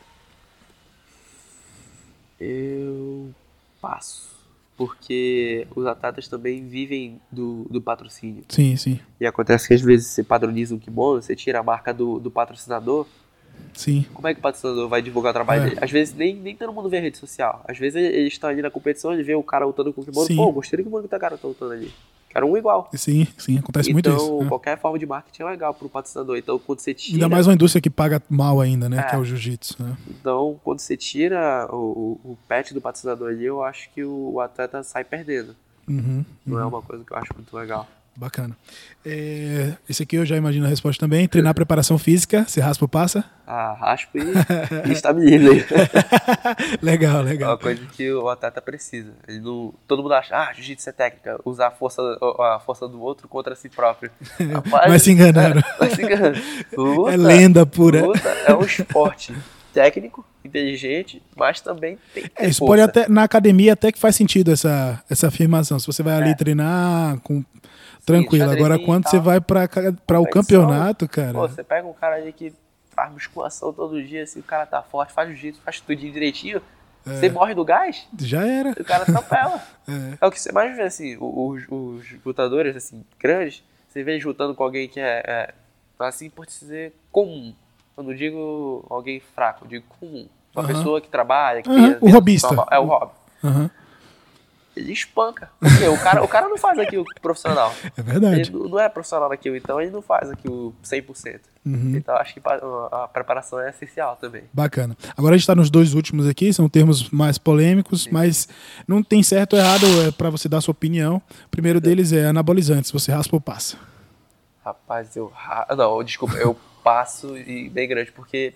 Eu passo. Porque os atletas também vivem do, do patrocínio. Sim, sim. E acontece que às vezes você padroniza um kimono, você tira a marca do, do patrocinador. Sim. Como é que o patrocinador vai divulgar o trabalho É. dele? Às vezes nem, nem todo mundo vê a rede social. Às vezes eles estão ali na competição, ele vê o cara lutando com o kimono. Sim. Pô, gostei do kimono que o cara tá lutando ali. Quero um igual. Sim, sim, acontece muito Então, isso. né? qualquer forma de marketing é legal pro patrocinador. Então, quando você tira... Ainda mais uma indústria que paga mal ainda, né? É. Que é o jiu-jitsu, né? Então, quando você tira o, o, o patch do patrocinador ali, eu acho que o, o atleta sai perdendo. Uhum, Não é uma coisa que eu acho muito legal. bacana. É, esse aqui eu já imagino a resposta também. Treinar preparação física, se raspa ou passa? Ah, raspa e, e estabiliza aí. Legal, É uma legal. coisa que o atleta precisa. Ele não, todo mundo acha, ah, jiu-jitsu é técnica, usar a força, a força do outro contra si próprio. Rapaz, Mas se enganaram. É, mas se enganaram. Luta, É lenda pura. Luta é um esporte técnico, inteligente, mas também tem que ter É, isso força. pode até, na academia até que faz sentido essa, essa afirmação. Se você vai ali É. treinar com tranquilo. Agora, xadrezinho quando e você tal. vai para o Competição, campeonato, cara. Pô, você pega um cara ali que faz musculação todo dia, assim, o cara tá forte, faz jiu-jitsu, faz tudinho direitinho, você morre do gás, Já era. o cara atropela. É. É o que você mais vê, assim, os, os lutadores, assim, grandes, você vê eles lutando com alguém que é, é assim, por dizer, comum. Eu não digo alguém fraco, eu digo comum. Uma Aham. pessoa que trabalha, que Aham, tem a o vida hobbyista. normal. É o hobby. Aham. Ele espanca. Porque o cara, o cara não faz aquilo profissional. É verdade. Ele não não é profissional naquilo, então ele não faz aquilo cem por cento. Uhum. Então acho que pa- a preparação é essencial também. Bacana. Agora a gente está nos dois últimos aqui, são termos mais polêmicos, mas não tem certo ou errado, é para você dar a sua opinião. O primeiro deles é anabolizantes, você raspa ou passa? Rapaz, eu... ra- Não, desculpa, eu passo e bem grande, porque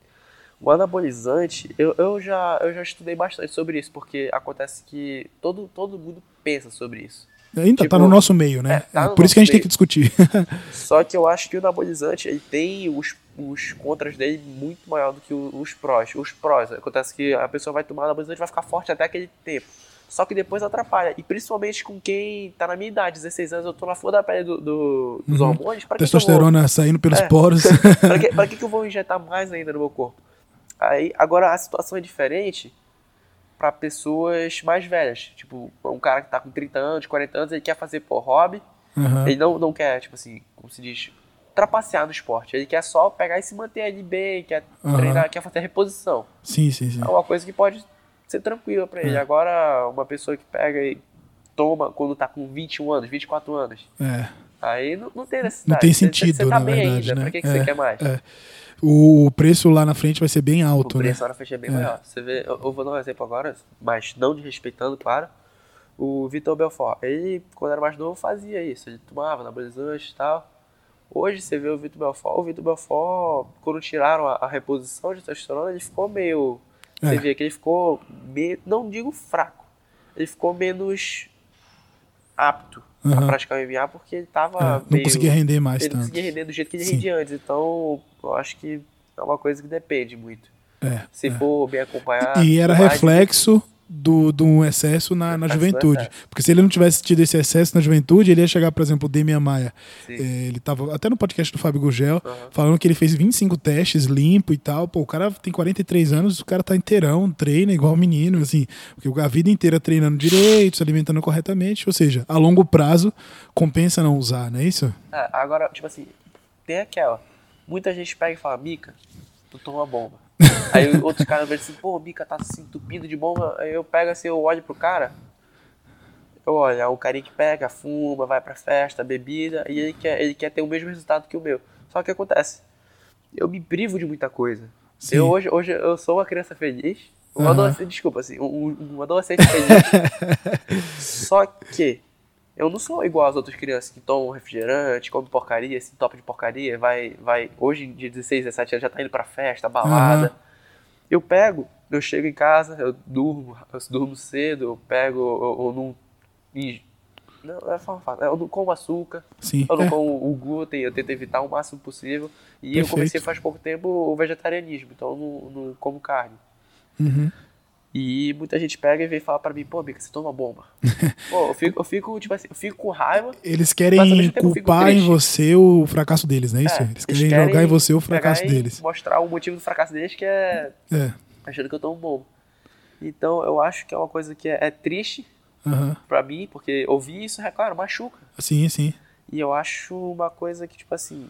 o anabolizante, eu, eu, já, eu já estudei bastante sobre isso, porque acontece que todo, todo mundo pensa sobre isso. Ainda Tipo, tá no nosso meio, né? é, tá É no por isso que a gente nosso tem que discutir. Só que eu acho que o anabolizante, ele tem os, os contras dele muito maior do que o- os prós. Os prós, acontece que a pessoa vai tomar anabolizante e vai ficar forte até aquele tempo. Só que depois atrapalha. E principalmente com quem tá na minha idade, dezesseis anos, eu tô na flor da pele do, do- dos Uhum. hormônios. Pra que que eu vou- Testosterona saindo pelos É. poros. pra, que, pra que que eu vou injetar mais ainda no meu corpo? Aí, agora a situação é diferente para pessoas mais velhas. Tipo, um cara que tá com trinta anos, quarenta anos, ele quer fazer por hobby. Aham. Ele não, não quer, tipo assim, como se diz, trapacear no esporte. Ele quer só pegar e se manter ali bem, quer Aham. treinar, quer fazer reposição. Sim, sim, sim. É uma coisa que pode ser tranquila pra ele. É. Agora, uma pessoa que pega e toma quando tá com vinte e um anos, vinte e quatro anos, É. aí não, não tem necessidade. Não tem Você- sentido, você tá na bem verdade, ainda, né? pra que, que É, você quer mais? é. O preço lá na frente vai ser bem O alto, né? preço na frente é bem maior. Você vê, eu, eu vou dar um exemplo agora, mas não desrespeitando, claro. O Vitor Belfort, ele, quando era mais novo, fazia isso. Ele tomava anabolizante e tal. Hoje você vê o Vitor Belfort, o Vitor Belfort, quando tiraram a, a reposição de testosterona, ele ficou meio... É. Você vê que ele ficou, meio, não digo fraco, ele ficou menos apto uhum. a praticar o M M A porque ele tava é, não meio... conseguia render mais ele tanto. Não conseguia render do jeito que ele Sim. rendia antes, então eu acho que é uma coisa que depende muito. É, Se é. for bem acompanhado... E era reflexo... Do, do um excesso na, na juventude. Excesso. Porque se ele não tivesse tido esse excesso na juventude, ele ia chegar, por exemplo, o Demian Maia. É, ele tava até no podcast do Fábio Gurgel, uhum. falando que ele fez vinte e cinco testes limpo e tal. Pô, o cara tem quarenta e três anos, o cara tá inteirão, treina igual menino, assim. Porque a vida inteira treinando direito, se alimentando corretamente. Ou seja, a longo prazo, compensa não usar, não é isso? É, agora, tipo assim, tem aquela. Muita gente pega e fala, Mica, tu toma bomba. Aí outros caras veem assim, pô, o Mica tá se entupindo de bomba. Aí eu pego assim, eu olho pro cara, eu olho, é o carinha que pega, fuma, vai pra festa, bebida, e ele quer, ele quer ter o mesmo resultado que o meu. Só que acontece, eu me privo de muita coisa. Sim. Eu hoje, hoje eu sou uma criança feliz, um uhum. adolescente, desculpa, assim, um, um adolescente feliz. Só que eu não sou igual às outras crianças que tomam refrigerante, comem porcaria, se topa de porcaria, vai, vai, hoje de dezesseis, dezessete anos já tá indo pra festa, balada. Uhum. Eu pego, eu chego em casa, eu durmo, eu durmo cedo, eu pego, eu, eu não... Não, não é fácil, eu não como açúcar, Sim, eu não é. como o glúten, eu tento evitar o máximo possível. E Perfeito. Eu comecei faz pouco tempo o vegetarianismo, então eu não, não como carne. Uhum. E muita gente pega e vem falar pra mim, pô, Mica, você toma bomba. Pô, eu fico, eu fico, tipo assim, eu fico com raiva. Eles querem culpar em você o fracasso deles, não é isso? É, eles, querem eles querem jogar em você o fracasso deles. Mostrar o motivo do fracasso deles, que é, é. achando que eu tomo bomba. Então eu acho que é uma coisa que é, é triste uhum. pra mim, porque ouvir isso, é claro, machuca. Sim, sim. E eu acho uma coisa que, tipo assim,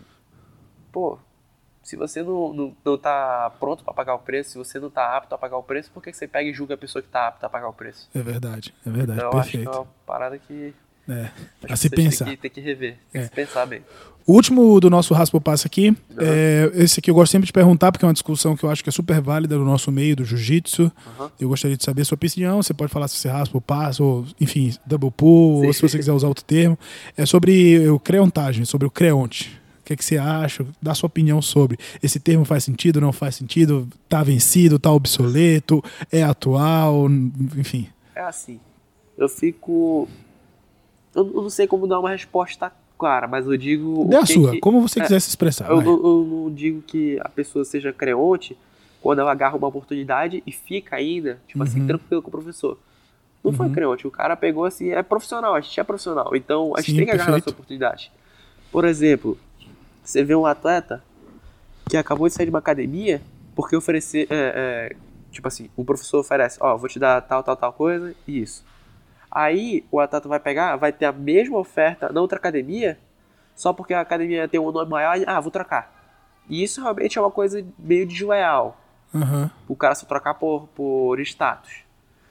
pô, se você não, não, não tá pronto pra pagar o preço, se você não tá apto a pagar o preço, por que você pega e julga a pessoa que tá apta a pagar o preço? É verdade, é verdade, então, perfeito. Eu acho que é uma parada que... É, a se pensar. Tem que, tem que rever, tem é. que se pensar bem. O último do nosso Raspa ou Passa aqui, uhum. é, esse aqui eu gosto sempre de perguntar, porque é uma discussão que eu acho que é super válida no nosso meio do jiu-jitsu. Uhum. Eu gostaria de saber a sua opinião, você pode falar se você raspa ou passa, ou enfim, double pull, Sim. ou se você quiser usar outro termo. É sobre o creontagem, sobre o creonte. O que, é que você acha? Dá sua opinião sobre. Esse termo faz sentido, não faz sentido? Tá vencido, tá obsoleto, é atual, enfim. É assim, eu fico... Eu não sei como dar uma resposta clara, mas eu digo... Dê a que sua, que... como você é, quiser se expressar. Eu, eu, eu não digo que a pessoa seja creonte quando ela agarra uma oportunidade e fica ainda, tipo uhum. assim, tranquilo com o professor. Não uhum. foi creonte, o cara pegou assim, é profissional, a gente é profissional, então a gente Sim, tem que agarrar perfeito. Essa oportunidade. Por exemplo, você vê um atleta que acabou de sair de uma academia porque oferecer, é, é, tipo assim, um professor oferece, ó, oh, vou te dar tal, tal, tal coisa e isso. Aí o atleta vai pegar, vai ter a mesma oferta na outra academia, só porque a academia tem um nome maior, e, ah, vou trocar. E isso realmente é uma coisa meio desleal. Uhum. O cara só trocar por, por status.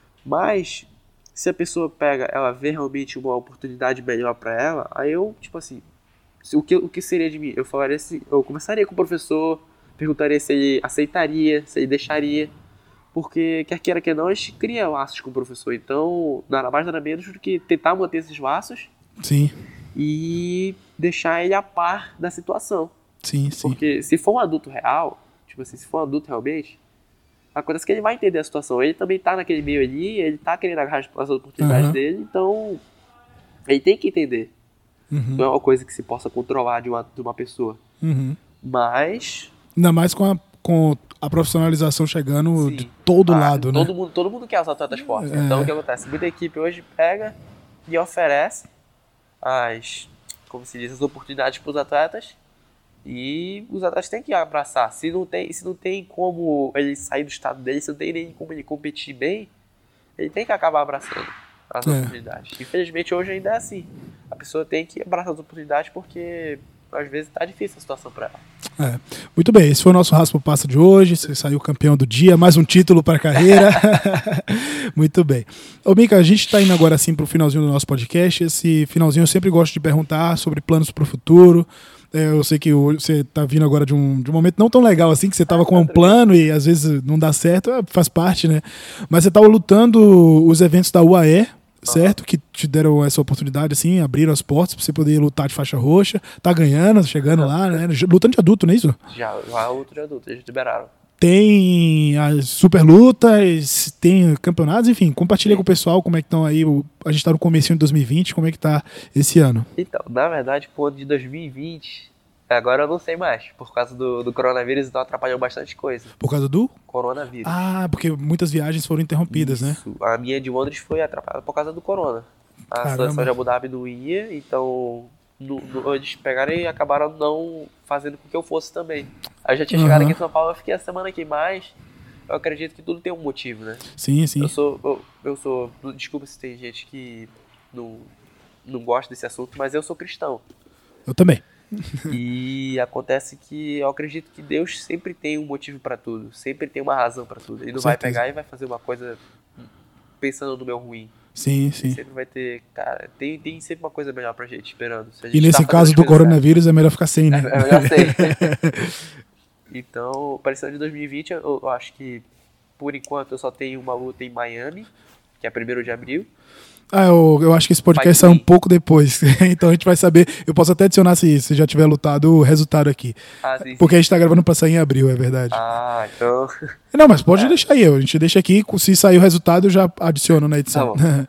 Mas, se a pessoa pega, ela vê realmente uma oportunidade melhor pra ela, aí eu, tipo assim, o que, o que seria de mim? Eu falaria assim, eu conversaria com o professor, perguntaria se ele aceitaria, se ele deixaria. Porque, quer queira, quer não, a gente cria laços com o professor. Então, nada mais, nada menos do que tentar manter esses laços. Sim. E deixar ele a par da situação. Sim, sim. Porque se for um adulto real, tipo assim, se for um adulto realmente, acontece que ele vai entender a situação. Ele também tá naquele meio ali, ele tá querendo agarrar as oportunidades uhum. dele, então ele tem que entender. Uhum. Não é uma coisa que se possa controlar de uma, de uma pessoa. Uhum. Mas... Ainda mais com a... Com a profissionalização chegando Sim. de todo ah, lado, todo né? Mundo, todo mundo quer os atletas fortes. É. Então, o que acontece? Muita equipe hoje pega e oferece as, como se diz, as oportunidades para os atletas e os atletas têm que abraçar. Se não tem, se não tem como ele sair do estado dele, se não tem nem como ele competir bem, ele tem que acabar abraçando as é. oportunidades. Infelizmente, hoje ainda é assim. A pessoa tem que abraçar as oportunidades porque... às vezes tá difícil a situação para ela. É. Muito bem, esse foi o nosso Raspa ou Passa de hoje. Você saiu campeão do dia, mais um título para a carreira. Muito bem. Ô, Mica, a gente está indo agora assim para o finalzinho do nosso podcast. Esse finalzinho eu sempre gosto de perguntar sobre planos para o futuro. É, eu sei que você está vindo agora de um, de um momento não tão legal assim, que você estava com um plano e às vezes não dá certo, faz parte, né? Mas você estava lutando os eventos da U A E. certo? Que te deram essa oportunidade, assim, abriram as portas pra você poder lutar de faixa roxa. Tá ganhando, chegando lá, né? Lutando de adulto, não é isso? Já, já outro de adulto, eles liberaram. Tem as super lutas, tem campeonatos, enfim, compartilha Sim. com o pessoal como é que estão aí. O, a gente tá no comecinho de dois mil e vinte, como é que tá esse ano? Então, na verdade, pro ano de dois mil e vinte, agora eu não sei mais, por causa do, do coronavírus, então atrapalhou bastante coisa. Por causa do? Coronavírus. Ah, porque muitas viagens foram interrompidas, né? Isso. A minha de Londres foi atrapalhada por causa do corona. A Caramba. seleção de Abu Dhabi não ia, então no, no, eles pegaram e acabaram não fazendo com que eu fosse também. Aí eu já tinha chegado Aham. aqui em São Paulo, eu fiquei a semana aqui, mas eu acredito que tudo tem um motivo, né? Sim, sim. Eu sou, eu, eu sou, desculpa se tem gente que não, não gosta desse assunto, mas eu sou cristão. Eu também. E acontece que eu acredito que Deus sempre tem um motivo pra tudo, sempre tem uma razão pra tudo. Ele não vai Certeza. pegar e vai fazer uma coisa pensando no meu ruim. Sim, sim. Sempre vai ter, cara, tem, tem sempre uma coisa melhor pra gente esperando. Se a E gente nesse tá fazendo caso as do coisas coronavírus é melhor ficar sem, né? certas. É melhor ser. Então, para esse ano de dois mil e vinte, eu, eu acho que por enquanto eu só tenho uma luta em Miami, que é primeiro de abril. Ah, eu, eu acho que esse podcast Vai sai um sim. pouco depois. Então a gente vai saber. Eu posso até adicionar se, se já tiver lutado o resultado aqui. Ah, sim, Porque sim. a gente tá gravando pra sair em abril, é verdade. Ah, então. Não, mas pode deixar aí. A gente deixa aqui. Se sair o resultado, eu já adiciono na edição. Tá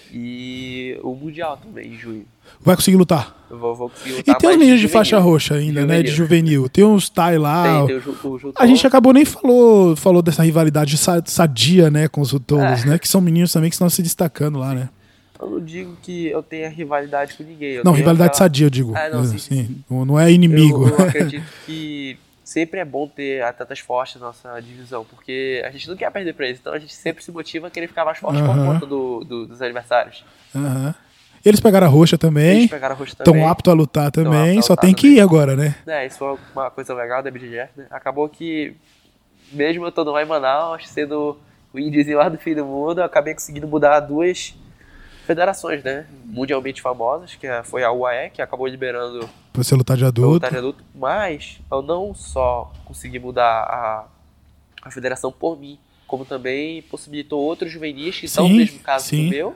E o Mundial também, em junho. Vai conseguir lutar. Eu vou, vou conseguir E lutar tem os mais meninos de juvenil. faixa roxa ainda, né? De Juvenil. juvenil. Tem uns Thai lá. Tem, tem o, Ju- o Jutão. A gente acabou nem falou, falou dessa rivalidade sa- sadia, né? Com os Rutolos, É. né? Que são meninos também que estão se destacando lá, né? Eu não digo que eu tenha rivalidade com ninguém. Eu Não, tenho rivalidade aquela- sadia, eu digo. Ah, não, sim, Assim, não é inimigo. Eu, eu acredito que sempre é bom ter atletas fortes na nossa divisão, porque a gente não quer perder pra eles, então a gente sempre se motiva a querer ficar mais forte por Aham. conta do, do- dos adversários. Aham. Eles pegaram a roxa também. Eles pegaram a roxa também. Estão aptos a lutar Tão também. aptos a Só lutar tem que também. ir agora, né? É, isso foi uma coisa legal da B J J F, né? Acabou que, mesmo eu estando lá em Manaus, sendo o índiozinho lá do fim do mundo, eu acabei conseguindo mudar duas federações, né? Mundialmente famosas, que é- foi a U A E, que acabou liberando Pra você lutar de eu adulto. lutar de adulto, mas eu não só consegui mudar a, a federação por mim, como também possibilitou outros juvenis que estão no Sim, mesmo caso sim. que o meu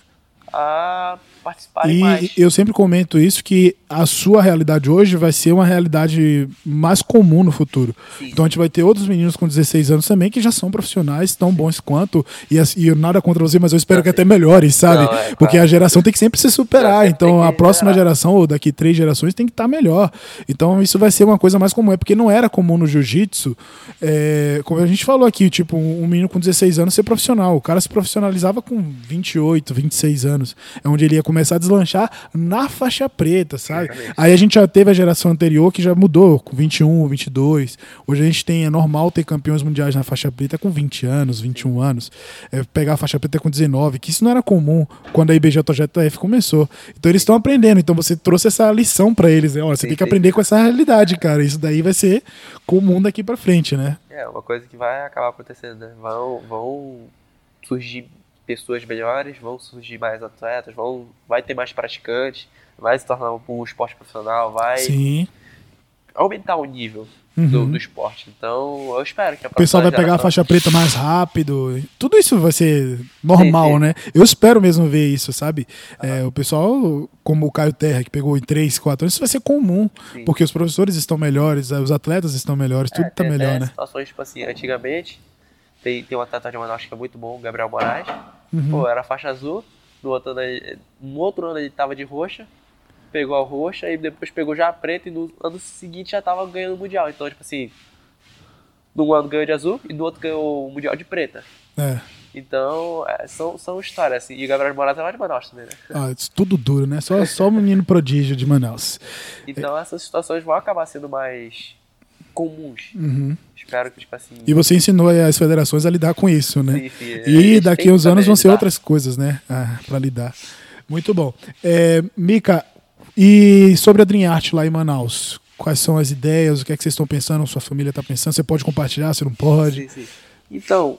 a participarem E mais. eu sempre comento isso, que a sua realidade hoje vai ser uma realidade mais comum no futuro. Sim. Então a gente vai ter outros meninos com dezesseis anos também que já são profissionais, tão bons quanto. E, as- e eu nada contra você, mas eu espero Não, que sim. até melhores, sabe? Não, é, Porque claro. a geração tem que sempre se superar. Não, sempre Então tem a que próxima melhorar. geração, ou daqui três gerações, tem que estar melhor. Então isso vai ser uma coisa mais comum. É porque não era comum no jiu-jitsu, é, como a gente falou aqui, tipo, um menino com dezesseis anos ser profissional. O cara se profissionalizava com vinte e oito, vinte e seis anos. É onde ele ia começar a deslanchar na faixa preta, sabe? Exatamente. Aí a gente já teve a geração anterior que já mudou, com vinte e um, vinte e dois. Hoje a gente tem, é normal ter campeões mundiais na faixa preta com vinte anos, vinte e um anos. É, pegar a faixa preta com dezenove, que isso não era comum quando a I B J J F começou. Então eles estão aprendendo. Então você trouxe essa lição pra eles, né? Olha, você Sim, tem que sim. aprender com essa realidade, cara. Isso daí vai ser comum daqui pra frente, né? É uma coisa que vai acabar acontecendo, né? Vão, vão surgir pessoas melhores, vão surgir mais atletas, vão, vai ter mais praticantes, vai se tornar um esporte profissional, vai Sim. aumentar o nível Uhum. do, do esporte. Então, eu espero que a O pessoal vai próxima pegar a geração- faixa preta mais rápido. Tudo isso vai ser normal, Sim, sim. né? Eu espero mesmo ver isso, sabe? É, o pessoal, como o Caio Terra, que pegou em três, quatro anos, isso vai ser comum. Sim. Porque os professores estão melhores, os atletas estão melhores, tudo É, tá tem melhor, até né? situações, tipo assim, antigamente, tem, tem um atleta de Manaus que é muito bom, o Gabriel Moraes. Uhum. Pô, era faixa azul, no outro ano, ele- no outro ano ele tava de roxa, pegou a roxa, e depois pegou já a preta, e no ano seguinte já tava ganhando o Mundial. Então, tipo assim, num ano ganhou de azul, e no outro ganhou o Mundial de preta. É. Então, é, são, são histórias, assim. E o Gabriel Moraes é lá de Manaus também, né? Ah, isso tudo duro, né? Só, só o menino prodígio de Manaus. Então, essas situações vão acabar sendo mais comuns. Uhum. Espero que, tipo assim... E você ensinou as federações a lidar com isso, né? Sim, sim, a E gente daqui tem uns que anos saber vão ser lidar. outras coisas, né? Ah, pra lidar. Muito bom. É, Mika, e sobre a Dream Art lá em Manaus? Quais são as ideias? O que é que vocês estão pensando? Sua família está pensando? Você pode compartilhar? Você não pode? Sim, sim. Então,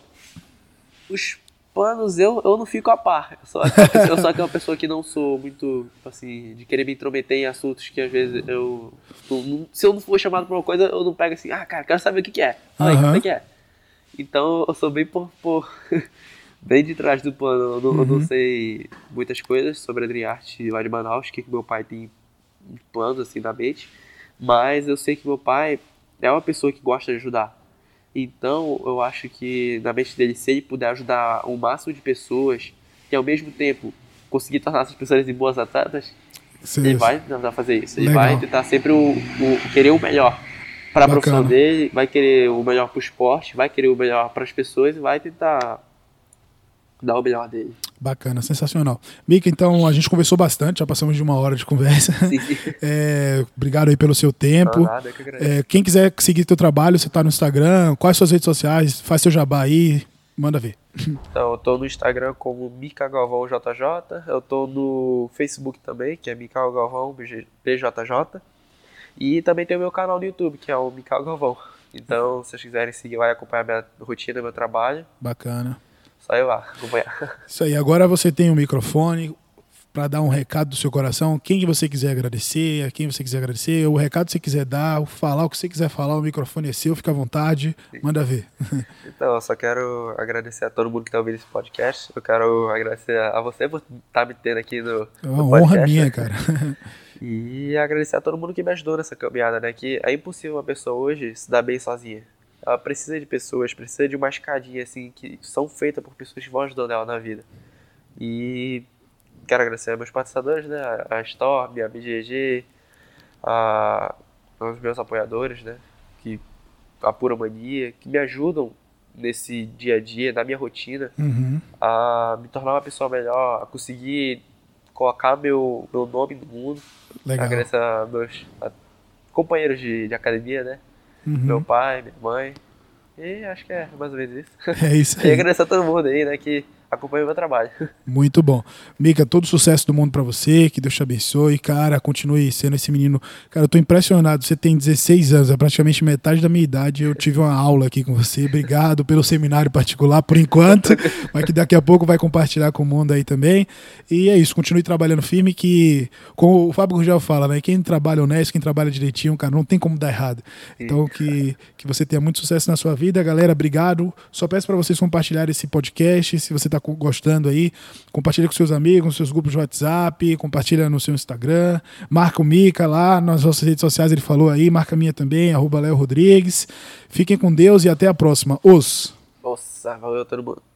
os planos eu, eu não fico a par. Eu sou, aquela pessoa- eu sou aquela pessoa que não sou muito, tipo assim, de querer me intrometer em assuntos que às vezes eu. não- não- se eu não for chamado pra uma coisa, eu não pego assim, ah, cara, quero saber o que, que é. Fala aí, Aham. como é que é? Então eu sou bem por. por bem de trás do pano. Eu não, Uhum. eu não sei muitas coisas sobre a Dream Art lá de Manaus, o que, que meu pai tem planos assim na mente, mas eu sei que meu pai é uma pessoa que gosta de ajudar. Então eu acho que na mente dele, se ele puder ajudar o máximo de pessoas e ao mesmo tempo conseguir tornar essas pessoas em boas atletas, Cê- ele vai tentar fazer isso. Ele Legal. vai tentar sempre o, o- querer o melhor para a Bacana. profissão dele, vai querer o melhor para o esporte, vai querer o melhor para as pessoas e vai tentar dar o melhor dele. Bacana, sensacional. Mika, então a gente conversou bastante, já passamos de uma hora de conversa. Sim, sim. É, obrigado aí pelo seu tempo. Não, nada, eu que agradeço. É, quem quiser seguir teu trabalho, você tá no Instagram, quais suas redes sociais, faz seu jabá aí, manda ver. Então, eu tô no Instagram como Mika Galvão J J, eu tô no Facebook também, que é Mikael Galvão P J J, e também tem o meu canal no YouTube, que é o Mikael Galvão. Então, se vocês quiserem seguir lá e acompanhar minha rotina, meu trabalho, Bacana. só ir lá acompanhar. Isso aí, agora você tem o microfone para dar um recado do seu coração, quem que você quiser agradecer, a quem você quiser agradecer, o recado que você quiser dar, falar o que você quiser falar, o microfone é seu, fica à vontade, manda ver. Então, eu só quero agradecer a todo mundo que tá ouvindo esse podcast. Eu quero agradecer a você por estar me tendo aqui no, É no uma podcast, honra minha, né? cara. E agradecer a todo mundo que me ajudou nessa caminhada, né? Que é impossível uma pessoa hoje se dar bem sozinha. Ela precisa de pessoas, precisa de uma escadinha, assim, que são feitas por pessoas que vão ajudando ela na vida. E quero agradecer a meus patrocinadores, né? A Storm, a B G G, a, aos meus apoiadores, né? Que, a Pura Mania, que me ajudam nesse dia a dia, na minha rotina, Uhum. a me tornar uma pessoa melhor, a conseguir colocar meu, meu nome no mundo. Legal. Agradeço a meus a companheiros de, de academia, né? Uhum. Meu pai, minha mãe. E acho que é mais ou menos isso. É isso E aí. agradecer a todo mundo aí, né? Que acompanha o meu trabalho. Muito bom. Mika, todo sucesso do mundo pra você, que Deus te abençoe, cara, continue sendo esse menino. Cara, eu tô impressionado, você tem dezesseis anos, é praticamente metade da minha idade, eu tive uma aula aqui com você, obrigado pelo seminário particular por enquanto, mas que daqui a pouco vai compartilhar com o mundo aí também. E é isso, continue trabalhando firme, que, como o Fábio Gurgel fala, né, quem trabalha honesto, quem trabalha direitinho, cara, não tem como dar errado. Então, que, que você tenha muito sucesso na sua vida, galera, obrigado. Só peço pra vocês compartilharem esse podcast, se você tá gostando aí, compartilha com seus amigos, nos seus grupos de WhatsApp, compartilha no seu Instagram, marca o Mika lá nas nossas redes sociais, ele falou aí, marca a minha também, arroba Léo Rodrigues. Fiquem com Deus e até a próxima. Os! Nossa, valeu a todo mundo.